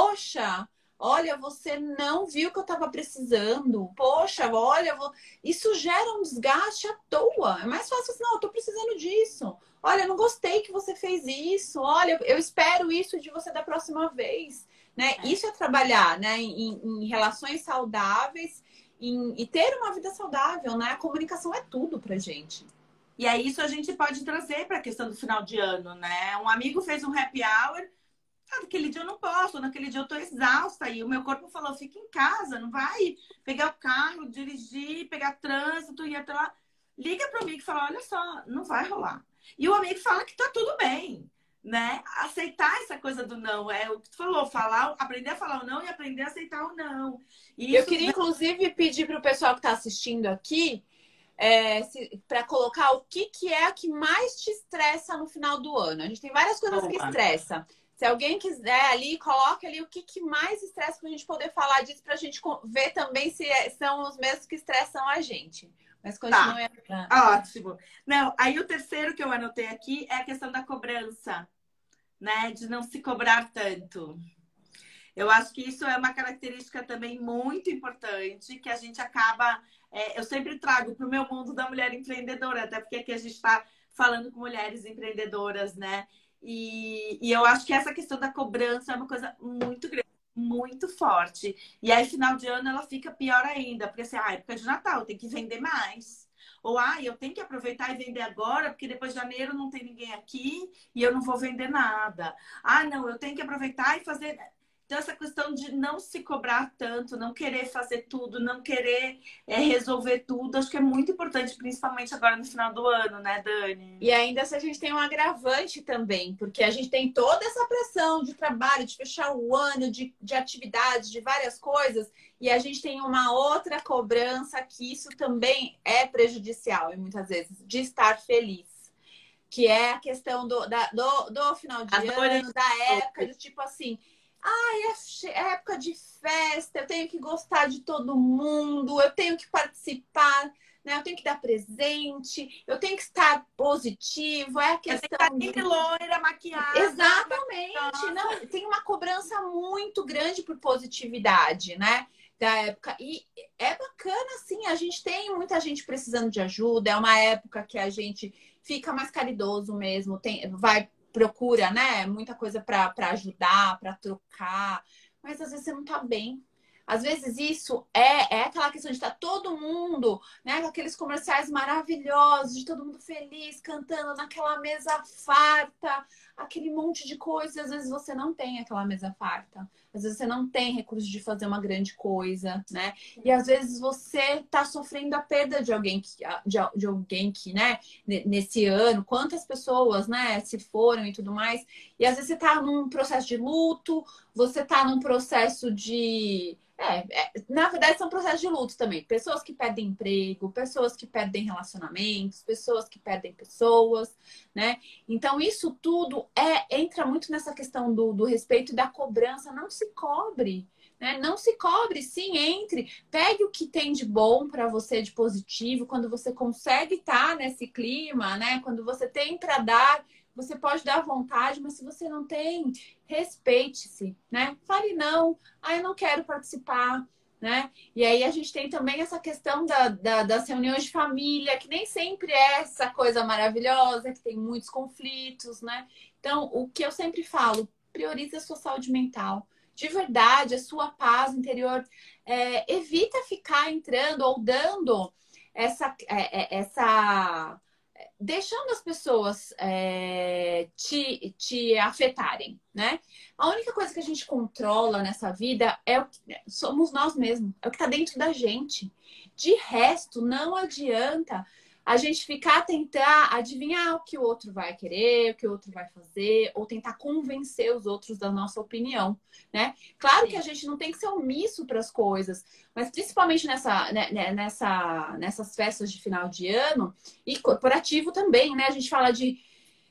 poxa, olha, você não viu que eu estava precisando. Poxa, olha, vou... isso gera um desgaste à toa. É mais fácil assim, não, eu estou precisando disso. Olha, eu não gostei que você fez isso. Olha, eu espero isso de você da próxima vez. Né? É. Isso é trabalhar, né? em, em relações saudáveis em, e ter uma vida saudável, né? A comunicação é tudo pra gente. E aí isso a gente pode trazer para a questão do final de ano, né? Um amigo fez um happy hour, ah, naquele dia eu não posso, naquele dia eu tô exausta e o meu corpo falou, fica em casa, não vai pegar o carro, dirigir, pegar trânsito e até lá. Liga para o amigo e fala, olha só, não vai rolar. E o amigo fala que tá tudo bem. Né? Aceitar essa coisa do não é o que tu falou, falar, aprender a falar o não e aprender a aceitar o não. E eu queria, inclusive, pedir para o pessoal que está assistindo aqui é, para colocar o que, que é o que mais te estressa no final do ano. A gente tem várias coisas Boa. que estressam. Se alguém quiser ali, coloque ali o que, que mais estressa para a gente poder falar disso, para a gente ver também se são os mesmos que estressam a gente. Mas continue. Tá. Ótimo. Não, aí o terceiro que eu anotei aqui é a questão da cobrança, né? De não se cobrar tanto. Eu acho que isso é uma característica também muito importante, que a gente acaba... É, eu sempre trago para o meu mundo da mulher empreendedora, até porque aqui a gente está falando com mulheres empreendedoras, né? E, e eu acho que essa questão da cobrança é uma coisa muito grande, muito forte. E aí, final de ano, ela fica pior ainda, porque assim, ah, época de Natal, tem que vender mais. Ou, ah, eu tenho que aproveitar e vender agora, porque depois de janeiro não tem ninguém aqui e eu não vou vender nada. Ah, não, eu tenho que aproveitar e fazer... Então, essa questão de não se cobrar tanto, não querer fazer tudo, não querer é, resolver tudo, acho que é muito importante, principalmente agora no final do ano, né, Dani? E ainda se a gente tem um agravante também, porque a gente tem toda essa pressão de trabalho, de fechar o ano, de, de atividades, de várias coisas, e a gente tem uma outra cobrança que isso também é prejudicial, e muitas vezes, de estar feliz. Que é a questão do, da, do, do final de ano, da época, de tipo assim... Ah, é época de festa, eu tenho que gostar de todo mundo, eu tenho que participar, né? Eu tenho que dar presente, eu tenho que estar positivo, é a questão eu tenho que estar de... loira, maquiada. Exatamente. Não, tem uma cobrança muito grande por positividade, né? da época. E é bacana, assim, a gente tem muita gente precisando de ajuda, é uma época que a gente fica mais caridoso mesmo, tem, vai, procura, né? Muita coisa para ajudar, para trocar, mas às vezes você não tá bem. Às vezes isso é, é aquela questão de estar todo mundo, né, com aqueles comerciais maravilhosos, de todo mundo feliz, cantando naquela mesa farta, aquele monte de coisa. Às vezes você não tem aquela mesa farta. Às vezes você não tem recurso de fazer uma grande coisa, né? E às vezes você está sofrendo a perda de alguém que, de, de alguém que, né, nesse ano, quantas pessoas, né, se foram e tudo mais. E às vezes você está num processo de luto, você está num processo de... É, é, na verdade, são processos de luto também. Pessoas que perdem emprego, pessoas que perdem relacionamentos, pessoas que perdem pessoas, né? Então, isso tudo é, entra muito nessa questão do, do respeito e da cobrança. Não se cobre, né? Não se cobre, sim, entre. Pegue o que tem de bom para você, de positivo, quando você consegue estar nesse clima, né? Quando você tem para dar, você pode dar vontade, mas se você não tem, respeite-se, né? Fale não, ah, eu não quero participar, né? E aí a gente tem também essa questão da, da, das reuniões de família, que nem sempre é essa coisa maravilhosa, que tem muitos conflitos, né? Então, o que eu sempre falo, priorize a sua saúde mental. De verdade, a sua paz interior. É, evita ficar entrando ou dando essa... É, é, essa deixando as pessoas é, te, te afetarem, né? A única coisa que a gente controla nessa vida é o que somos nós mesmos, é o que está dentro da gente. De resto, não adianta a gente ficar a tentar adivinhar o que o outro vai querer, o que o outro vai fazer, ou tentar convencer os outros da nossa opinião, né? Claro Sim. que a gente não tem que ser omisso para as coisas, mas principalmente nessa, né, nessa, nessas festas de final de ano e corporativo também, né? A gente fala de,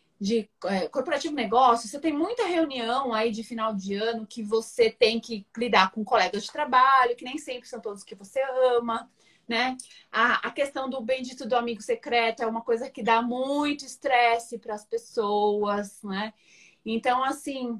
de é, corporativo negócio, você tem muita reunião aí de final de ano que você tem que lidar com colegas de trabalho, que nem sempre são todos que você ama, né? A, a questão do bendito do amigo secreto é uma coisa que dá muito estresse para as pessoas, né? Então, assim,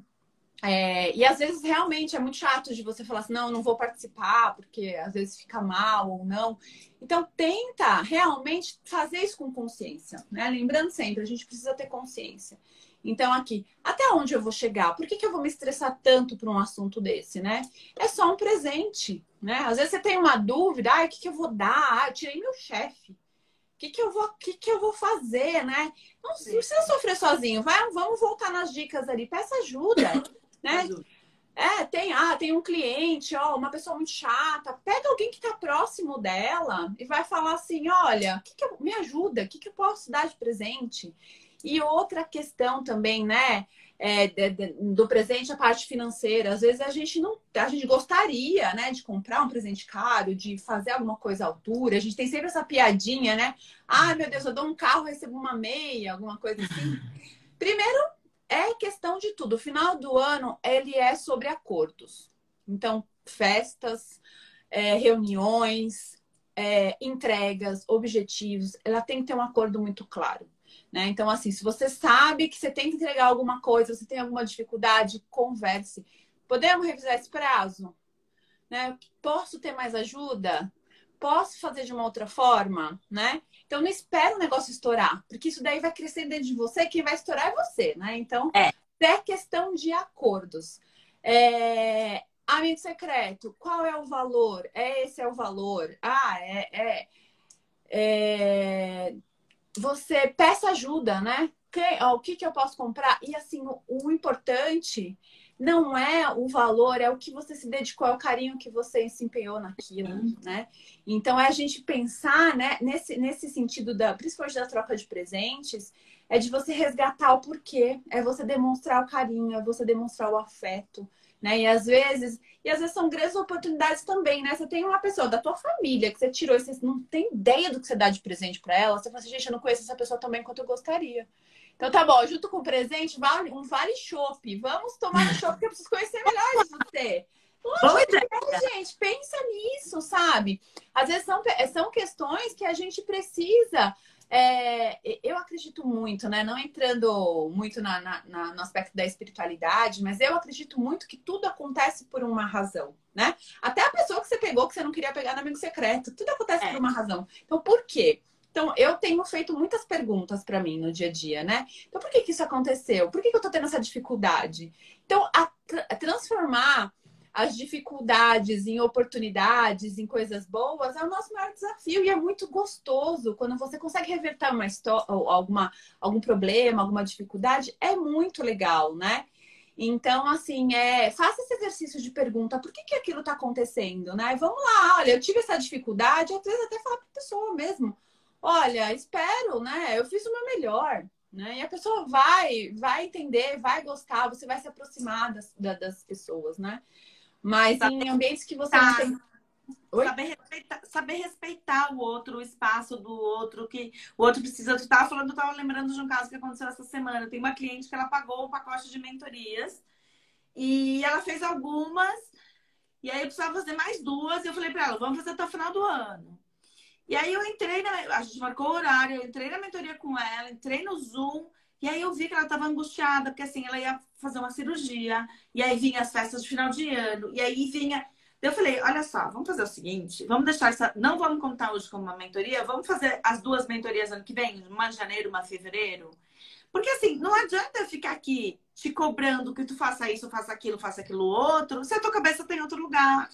é, e às vezes realmente é muito chato de você falar assim, não, não vou participar, porque às vezes fica mal ou não. Então, tenta realmente fazer isso com consciência, né? Lembrando sempre, a gente precisa ter consciência. Então, aqui, até onde eu vou chegar? Por que, que eu vou me estressar tanto por um assunto desse, né? É só um presente, né? Às vezes você tem uma dúvida, ah, o que, que eu vou dar? Ah, eu tirei meu chefe. O que, que, eu vou, que, que eu vou fazer, né? Não, não precisa sofrer sozinho. Vai, vamos voltar nas dicas ali. Peça ajuda, né? Ajuda. É, tem, ah, tem um cliente, ó, uma pessoa muito chata. Pega alguém que tá próximo dela e vai falar assim, olha, que que eu, me ajuda, o que, que eu posso dar de presente? E outra questão também, né, é, de, de, do presente, a parte financeira. Às vezes a gente não, a gente gostaria, né, de comprar um presente caro, de fazer alguma coisa à altura. A gente tem sempre essa piadinha, né? Ah, meu Deus, eu dou um carro, recebo uma meia, alguma coisa assim. Primeiro, é questão de tudo. O final do ano, ele é sobre acordos. Então, festas, é, reuniões, é, entregas, objetivos, ela tem que ter um acordo muito claro. Né? Então, assim, se você sabe que você tem que entregar alguma coisa, você tem alguma dificuldade, converse. Podemos revisar esse prazo? Né? Posso ter mais ajuda? Posso fazer de uma outra forma? Né? Então, não espera o negócio estourar, porque isso daí vai crescer dentro de você, quem vai estourar é você. Né? Então, é, é questão de acordos. É... Amigo secreto, qual é o valor? É esse é o valor? Ah, é... é... é... Você peça ajuda, né? Que, ó, o que, que eu posso comprar? E assim, o, o importante não é o valor, é o que você se dedicou, é o carinho que você se empenhou naquilo, né? Então, é a gente pensar, né, nesse, nesse sentido, da, principalmente da troca de presentes, é de você resgatar o porquê, é você demonstrar o carinho, é você demonstrar o afeto, né? E às vezes, e às vezes são grandes oportunidades também, né? Você tem uma pessoa da tua família que você tirou e você não tem ideia do que você dá de presente para ela. Você fala assim, gente, eu não conheço essa pessoa tão bem quanto eu gostaria. Então tá bom, junto com o presente, vale, um vale chopp. Vamos tomar um chopp porque eu preciso conhecer melhor de você. Lógico que é, gente, pensa nisso, sabe? Às vezes são, são questões que a gente precisa É, eu acredito muito, né? Não entrando muito na, na- na- no aspecto da espiritualidade, mas eu acredito muito que tudo acontece por uma razão, né? Até a pessoa que você pegou, que você não queria pegar no amigo secreto, tudo acontece por É. uma razão. Então, por quê? Então, eu tenho feito muitas perguntas para mim no dia a dia, né? Então, por que que isso aconteceu? Por que que eu tô tendo essa dificuldade? Então, a, tra- a transformar as dificuldades em oportunidades, em coisas boas, é o nosso maior desafio e é muito gostoso quando você consegue reverter uma história, alguma, algum problema, alguma dificuldade, é muito legal, né? Então, assim, é, faça esse exercício de pergunta, por que que aquilo está acontecendo, né? Vamos lá, olha, eu tive essa dificuldade, às vezes até falar para a pessoa mesmo, olha, espero, né? Eu fiz o meu melhor, né? E a pessoa vai, vai entender, vai gostar, você vai se aproximar das, da- das pessoas, né? Mas em ambientes que você não Tá. tem. Oi? Saber respeitar, saber respeitar o outro, o espaço do outro, que o outro precisa. Tu estava falando, eu estava lembrando de um caso que aconteceu essa semana. Tem uma cliente que ela pagou o pacote de mentorias e ela fez algumas, e aí eu precisava fazer mais duas, e eu falei para ela, vamos fazer até o final do ano. E aí eu entrei na. A gente marcou o horário, eu entrei na mentoria com ela, entrei no Zoom, e aí eu vi que ela estava angustiada, porque assim, ela ia fazer uma cirurgia, e aí vinha as festas de final de ano, e aí vinha. Eu falei, olha só, vamos fazer o seguinte, vamos deixar essa. Não vamos contar hoje como uma mentoria, vamos fazer as duas mentorias ano que vem, uma em janeiro, uma em fevereiro. Porque assim, não adianta eu ficar aqui te cobrando que tu faça isso, faça aquilo, faça aquilo outro, se a tua cabeça tem outro lugar.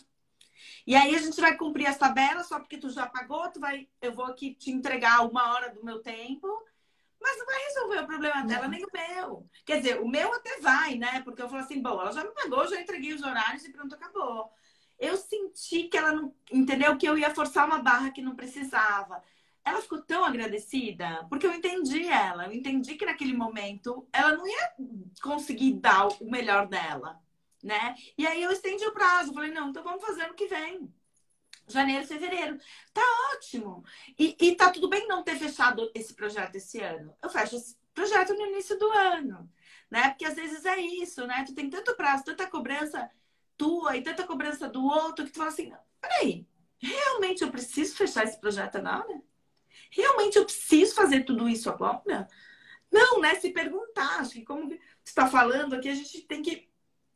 E aí a gente vai cumprir as tabelas só porque tu já pagou, tu vai, eu vou aqui te entregar uma hora do meu tempo, mas não vai resolver o problema dela Não. nem o meu. Quer dizer, o meu até vai, né? Porque eu falo assim, bom, ela já me pagou, já entreguei os horários e pronto, acabou. Eu senti que ela não entendeu que eu ia forçar uma barra que não precisava. Ela ficou tão agradecida, porque eu entendi ela, eu entendi que naquele momento ela não ia conseguir dar o melhor dela, né? E aí eu estendi o prazo, falei, não, então vamos fazer ano que vem. Janeiro, fevereiro. Tá ótimo. E, e tá tudo bem não ter fechado esse projeto esse ano. Eu fecho esse projeto no início do ano, né? Porque às vezes é isso, né? Tu tem tanto prazo, tanta cobrança tua e tanta cobrança do outro que tu fala assim, não, peraí, realmente eu preciso fechar esse projeto agora? Realmente eu preciso fazer tudo isso agora? Não, né? Se perguntar. Acho que como você está falando aqui, a gente tem que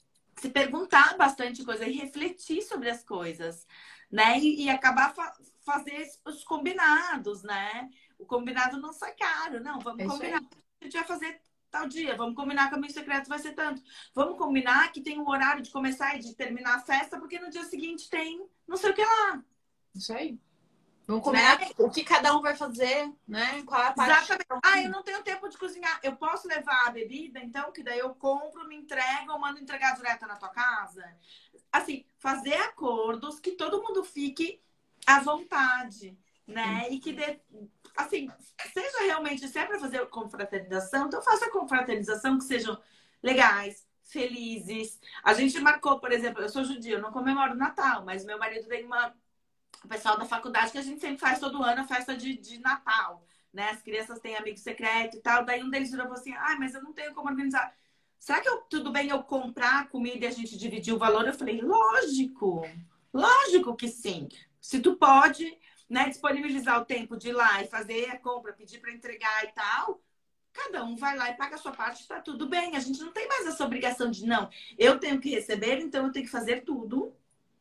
se perguntar bastante coisa e refletir sobre as coisas, né? E, e acabar fa fazer os combinados, né? O combinado não sai caro, não. Vamos É isso combinar aí. que a gente vai fazer tal dia. Vamos combinar que o meu secreto vai ser tanto. Vamos combinar que tem um horário de começar e de terminar a festa, porque no dia seguinte tem não sei o que lá, Isso aí. Vamos né? combinar o que cada um vai fazer, né? Qual é a parte. Exatamente. Ah, eu não tenho tempo de cozinhar. Eu posso levar a bebida, então, que daí eu compro, me entrego ou mando entregar direto na tua casa? Assim, fazer acordos que todo mundo fique à vontade, Sim. né? E que dê, assim, seja realmente, se é para fazer confraternização, então faça confraternização que sejam legais, felizes. A gente marcou, por exemplo, eu sou judia, eu não comemoro Natal, mas meu marido tem uma o pessoal da faculdade que a gente sempre faz todo ano a festa de, de Natal, né? As crianças têm amigo secreto e tal. Daí um deles virou e falou assim: ah, mas eu não tenho como organizar. Será que eu, tudo bem eu comprar a comida e a gente dividir o valor? Eu falei, lógico, lógico que sim. Se tu pode, né, disponibilizar o tempo de ir lá e fazer a compra, pedir para entregar e tal, cada um vai lá e paga a sua parte, tá tudo bem. A gente não tem mais essa obrigação de não, eu tenho que receber, então eu tenho que fazer tudo,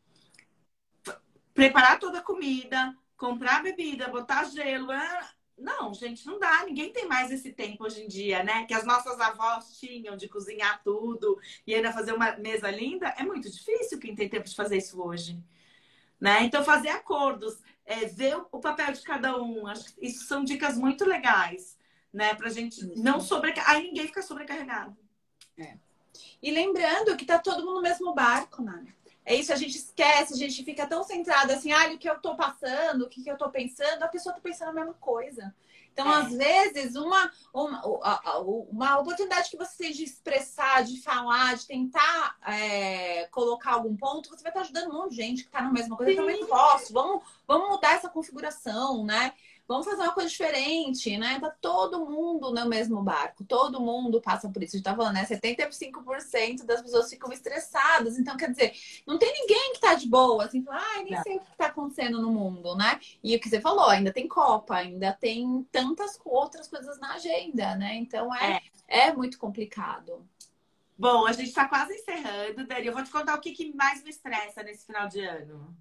preparar toda a comida, comprar bebida, botar gelo. ah, Não, gente, não dá. Ninguém tem mais esse tempo hoje em dia, né? Que as nossas avós tinham de cozinhar tudo e ainda fazer uma mesa linda. É muito difícil quem tem tempo de fazer isso hoje, né? Então, fazer acordos, é, ver o papel de cada um. Acho que isso são dicas muito legais, né? Pra gente não Isso. sobrecarregar. Aí ninguém fica sobrecarregado. É. E lembrando que tá todo mundo no mesmo barco, né? É isso, a gente esquece, a gente fica tão centrado assim, ah, o que eu tô passando, o que, que eu tô pensando, a pessoa tá pensando a mesma coisa. Então, às É. vezes, uma, uma, uma oportunidade que você tem de expressar, de falar, de tentar é, colocar algum ponto, você vai estar ajudando um monte de gente que tá na mesma coisa. Eu também Sim. posso. Vamos, vamos mudar essa configuração, né? vamos fazer uma coisa diferente, né? Tá todo mundo no mesmo barco, todo mundo passa por isso. A gente tá falando, né? setenta e cinco por cento das pessoas ficam estressadas. Então, quer dizer, não tem ninguém que tá de boa, assim, fala, ai, nem sei o que tá acontecendo no mundo, né? E o que você falou, ainda tem Copa, ainda tem tantas outras coisas na agenda, né? Então é, é. é muito complicado. Bom, a gente está quase encerrando, Dani. Eu vou te contar o que, que mais me estressa nesse final de ano.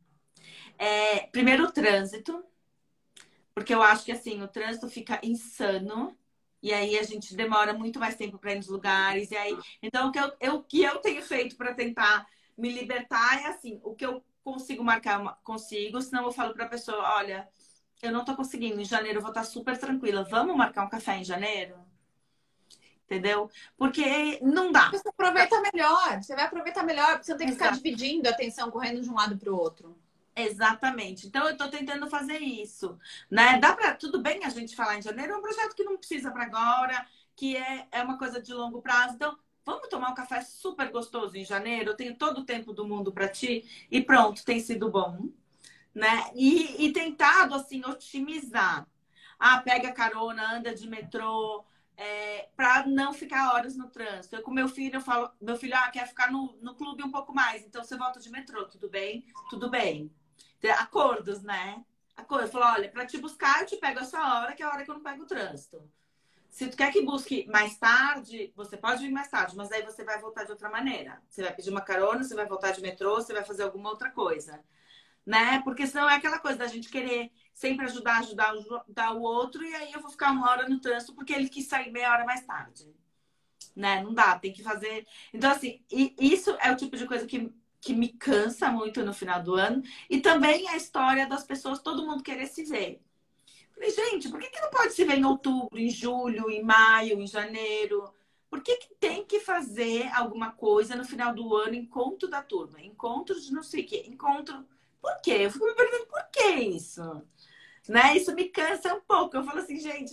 É, primeiro, o trânsito. Porque eu acho que, assim, o trânsito fica insano. E aí a gente demora muito mais tempo para ir nos lugares. E aí... Então, o que eu, eu, o que eu tenho feito para tentar me libertar é, assim, o que eu consigo marcar, eu consigo. Senão eu falo para a pessoa, olha, eu não tô conseguindo. Em janeiro eu vou estar super tranquila. Vamos marcar um café em janeiro? Entendeu? Porque não dá. Você aproveita melhor, você vai aproveitar melhor, porque você não tem que ficar Exato. dividindo a atenção, correndo de um lado para o outro. Exatamente. Então, eu estou tentando fazer isso. Né? Dá para tudo bem a gente falar em janeiro, é um projeto que não precisa para agora, que é, é uma coisa de longo prazo. Então, vamos tomar um café super gostoso em janeiro? Eu tenho todo o tempo do mundo para ti. E pronto, tem sido bom. Né? E, e tentado, assim, otimizar. Ah, pega carona, anda de metrô. É, para não ficar horas no trânsito. Eu com meu filho, eu falo, meu filho ah, quer ficar no, no clube um pouco mais, então você volta de metrô, tudo bem? Tudo bem. Acordos, né? Acordo. Eu falo, olha, para te buscar, eu te pego essa hora, que é a hora que eu não pego o trânsito. Se tu quer que busque mais tarde, você pode vir mais tarde, mas aí você vai voltar de outra maneira. Você vai pedir uma carona, você vai voltar de metrô, você vai fazer alguma outra coisa. Né? Porque senão é aquela coisa da gente querer sempre ajudar, ajudar, ajudar o outro, e aí eu vou ficar uma hora no trânsito porque ele quis sair meia hora mais tarde. Né? Não dá, tem que fazer. Então, assim, isso é o tipo de coisa que, que me cansa muito no final do ano. E também a história das pessoas, todo mundo querer se ver. Falei, gente, por que, que não pode se ver em outubro, em julho, em maio, em janeiro? Por que, que tem que fazer alguma coisa no final do ano, encontro da turma? Encontro de não sei o quê, encontro. Por quê? Eu fico me perguntando por que isso? Né? Isso me cansa um pouco. Eu falo assim, gente,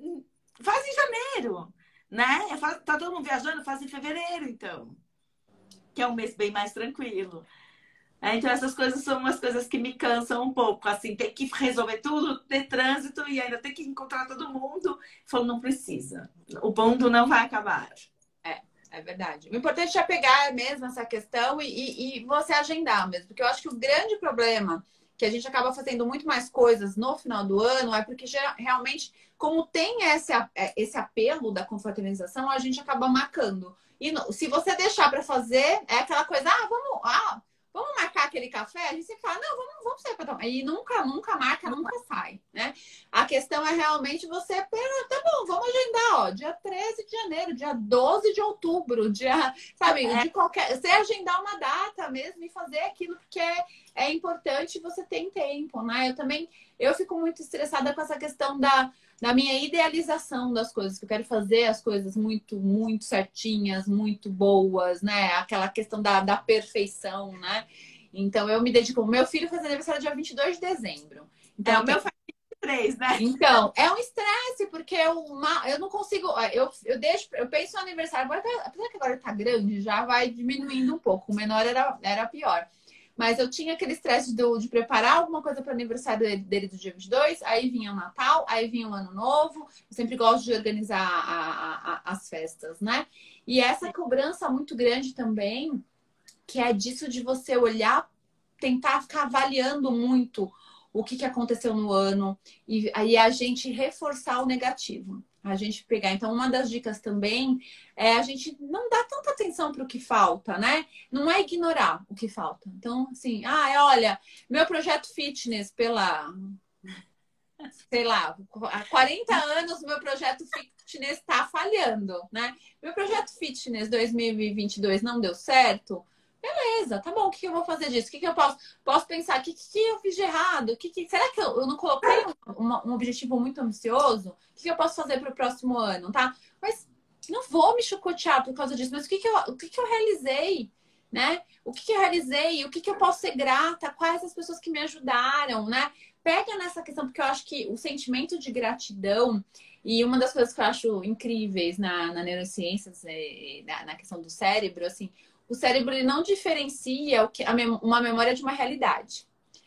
faz em janeiro, né? Eu falo, tá todo mundo viajando, faz em fevereiro, então. Que é um mês bem mais tranquilo. É, então, essas coisas são umas coisas que me cansam um pouco. Assim, ter que resolver tudo, ter trânsito e ainda ter que encontrar todo mundo. Eu falo, não precisa. O mundo não vai acabar. É. É verdade. O importante é pegar mesmo essa questão e, e, e você agendar mesmo. Porque eu acho que o grande problema que a gente acaba fazendo muito mais coisas no final do ano é porque realmente, como tem esse, esse apelo da confraternização, a gente acaba marcando. E no, se você deixar para fazer, é aquela coisa, ah, vamos, ah, vamos marcar aquele café? A gente sempre fala, não, vamos, vamos sair para tomar. E nunca, nunca marca, nunca sai, né? A questão é realmente você, tá bom, vamos agendar, ó, dia treze de janeiro, dia doze de outubro, dia, sabe, de qualquer... Você agendar uma data mesmo e fazer aquilo porque é, é importante você ter tempo, né? Eu também, eu fico muito estressada com essa questão da, da minha idealização das coisas, que eu quero fazer as coisas muito, muito certinhas, muito boas, né? Aquela questão da, da perfeição, né? Então, eu me dedico... Meu filho faz aniversário dia vinte e dois de dezembro. Então, é, o meu faz vinte e três, né? Então, é um estresse, porque eu, uma, eu não consigo... Eu, eu, deixo, eu penso no aniversário, agora, apesar que agora tá grande, já vai diminuindo um pouco. O menor era, era pior. Mas eu tinha aquele estresse de, de preparar alguma coisa para o aniversário dele, dele do dia vinte e dois, aí vinha o Natal, aí vinha o Ano Novo. Eu sempre gosto de organizar a, a, a, as festas, né? E essa cobrança muito grande também, que é disso de você olhar, tentar ficar avaliando muito o que, que aconteceu no ano, e aí a gente reforçar o negativo. A gente pegar. Então, uma das dicas também é a gente não dar tanta atenção para o que falta, né? Não é ignorar o que falta. Então, assim, ah, olha, meu projeto fitness pela, sei lá, há quarenta anos meu projeto fitness está falhando, né? Meu projeto fitness dois mil e vinte e dois não deu certo. Beleza, tá bom, o que eu vou fazer disso? O que, que eu posso, posso pensar? O que, que eu fiz de errado? O que, que, será que eu, eu não coloquei um, um objetivo muito ambicioso? O que, que eu posso fazer para o próximo ano, tá? Mas não vou me chicotear por causa disso, mas o que, que, eu, o que, que eu realizei? Né? O que, que eu realizei? O que, que eu posso ser grata? Quais as pessoas que me ajudaram, né? Pega nessa questão, porque eu acho que o sentimento de gratidão, e uma das coisas que eu acho incríveis na, na neurociências, é, na, na questão do cérebro, assim, o cérebro ele não diferencia o que, a mem uma memória de uma realidade.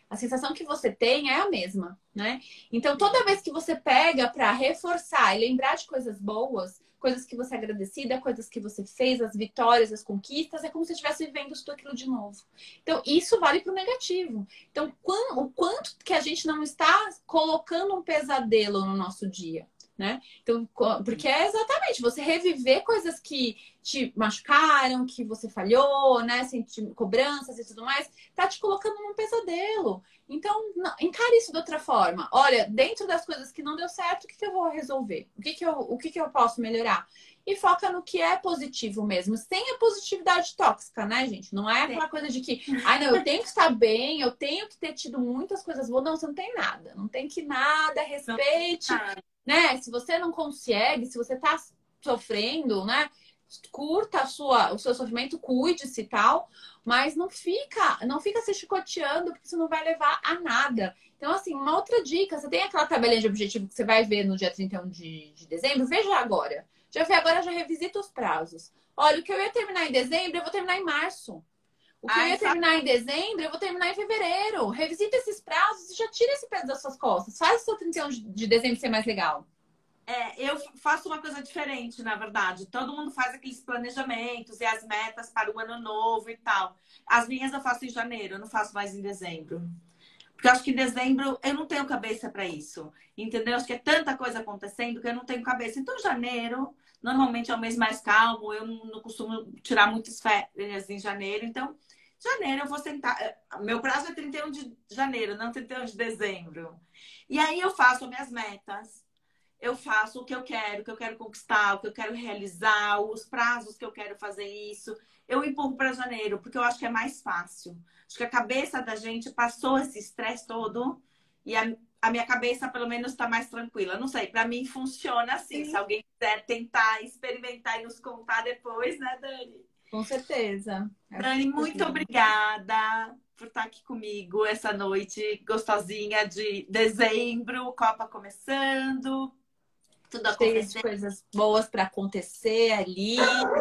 A sensação que você tem é a mesma, né? Então, toda vez que você pega para reforçar e lembrar de coisas boas, coisas que você é agradecida, coisas que você fez, as vitórias, as conquistas, é como se você estivesse vivendo tudo aquilo de novo. Então, isso vale para o negativo. Então, o quanto que a gente não está colocando um pesadelo no nosso dia, né? Então, porque é exatamente você reviver coisas que te machucaram, que você falhou, né? Sentir cobranças e tudo mais, tá te colocando num pesadelo. Então, não, encare isso de outra forma. Olha, dentro das coisas que não deu certo, o que, que eu vou resolver? O que, que, eu, o que, que eu posso melhorar? E foca no que é positivo mesmo, sem a positividade tóxica, né, gente? Não é aquela coisa de que, ai, não, eu tenho que estar bem, eu tenho que ter tido muitas coisas boas. Não, você não tem nada. Não tem que nada, respeite, né? Se você não consegue, se você tá sofrendo, né? Curta a sua, o seu sofrimento, cuide-se e tal, mas não fica, não fica se chicoteando, porque isso não vai levar a nada. Então, assim, uma outra dica, você tem aquela tabelinha de objetivo que você vai ver no dia trinta e um de, de dezembro, veja agora. Já vê agora, já revisita os prazos. Olha, o que eu ia terminar em dezembro, eu vou terminar em março. O que Ai, eu ia terminar em dezembro, eu vou terminar em fevereiro. Revisita esses prazos e já tira esse peso das suas costas. Faz o seu trinta e um de dezembro ser mais legal. É, eu faço uma coisa diferente, na verdade. Todo mundo faz aqueles planejamentos e as metas para o ano novo e tal. As minhas eu faço em janeiro, eu não faço mais em dezembro. Porque eu acho que em dezembro eu não tenho cabeça para isso. Entendeu? Acho que é tanta coisa acontecendo que eu não tenho cabeça. Então, janeiro, normalmente é o mês mais calmo. Eu não, não costumo tirar muitas férias em janeiro. Então, janeiro eu vou sentar. Meu prazo é trinta e um de janeiro, não trinta e um de dezembro. E aí eu faço minhas metas. Eu faço o que eu quero, o que eu quero conquistar, o que eu quero realizar, os prazos que eu quero fazer isso. Eu empurro para janeiro, porque eu acho que é mais fácil. Acho que a cabeça da gente passou esse estresse todo e a, a minha cabeça, pelo menos, está mais tranquila. Não sei, para mim funciona assim. Sim. Se alguém quiser tentar experimentar e nos contar depois, né, Dani? Com certeza. Dani, muito obrigada por estar aqui comigo essa noite gostosinha de dezembro, Copa começando. Tudo cheio de coisas boas para acontecer ali.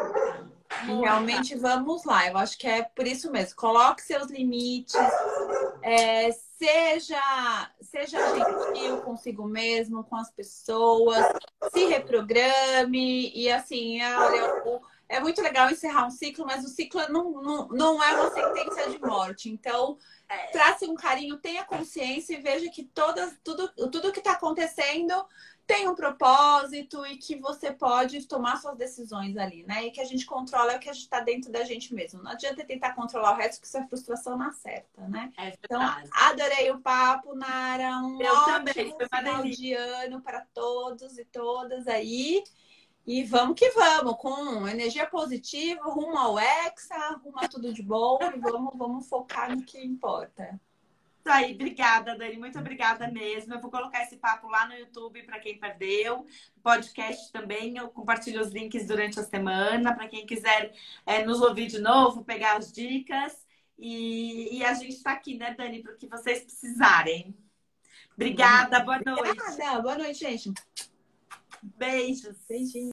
E realmente vamos lá. Eu acho que é por isso mesmo. Coloque seus limites. É, seja, seja gentil consigo mesmo, com as pessoas. Se reprograme. E assim, olha, é muito legal encerrar um ciclo, mas o ciclo não, não, não é uma sentença de morte. Então, trace um carinho, tenha consciência e veja que todas, tudo, tudo que está acontecendo tem um propósito e que você pode tomar suas decisões ali, né? E que a gente controla é o que a gente tá dentro da gente mesmo. Não adianta tentar controlar o resto, que isso é frustração na certa, né? É então, adorei o papo, Nara. Um Eu ótimo também. Foi final de ano para todos e todas aí. E vamos que vamos, com energia positiva, rumo ao Hexa, rumo a tudo de bom e vamos, vamos focar no que importa. Isso aí, obrigada, Dani. Muito obrigada mesmo. Eu vou colocar esse papo lá no YouTube para quem perdeu. Podcast também. Eu compartilho os links durante a semana para quem quiser é, nos ouvir de novo, pegar as dicas. E, e a gente está aqui, né, Dani, para o que vocês precisarem. Obrigada, boa noite. Obrigada, boa noite, gente. Beijos. Beijinho.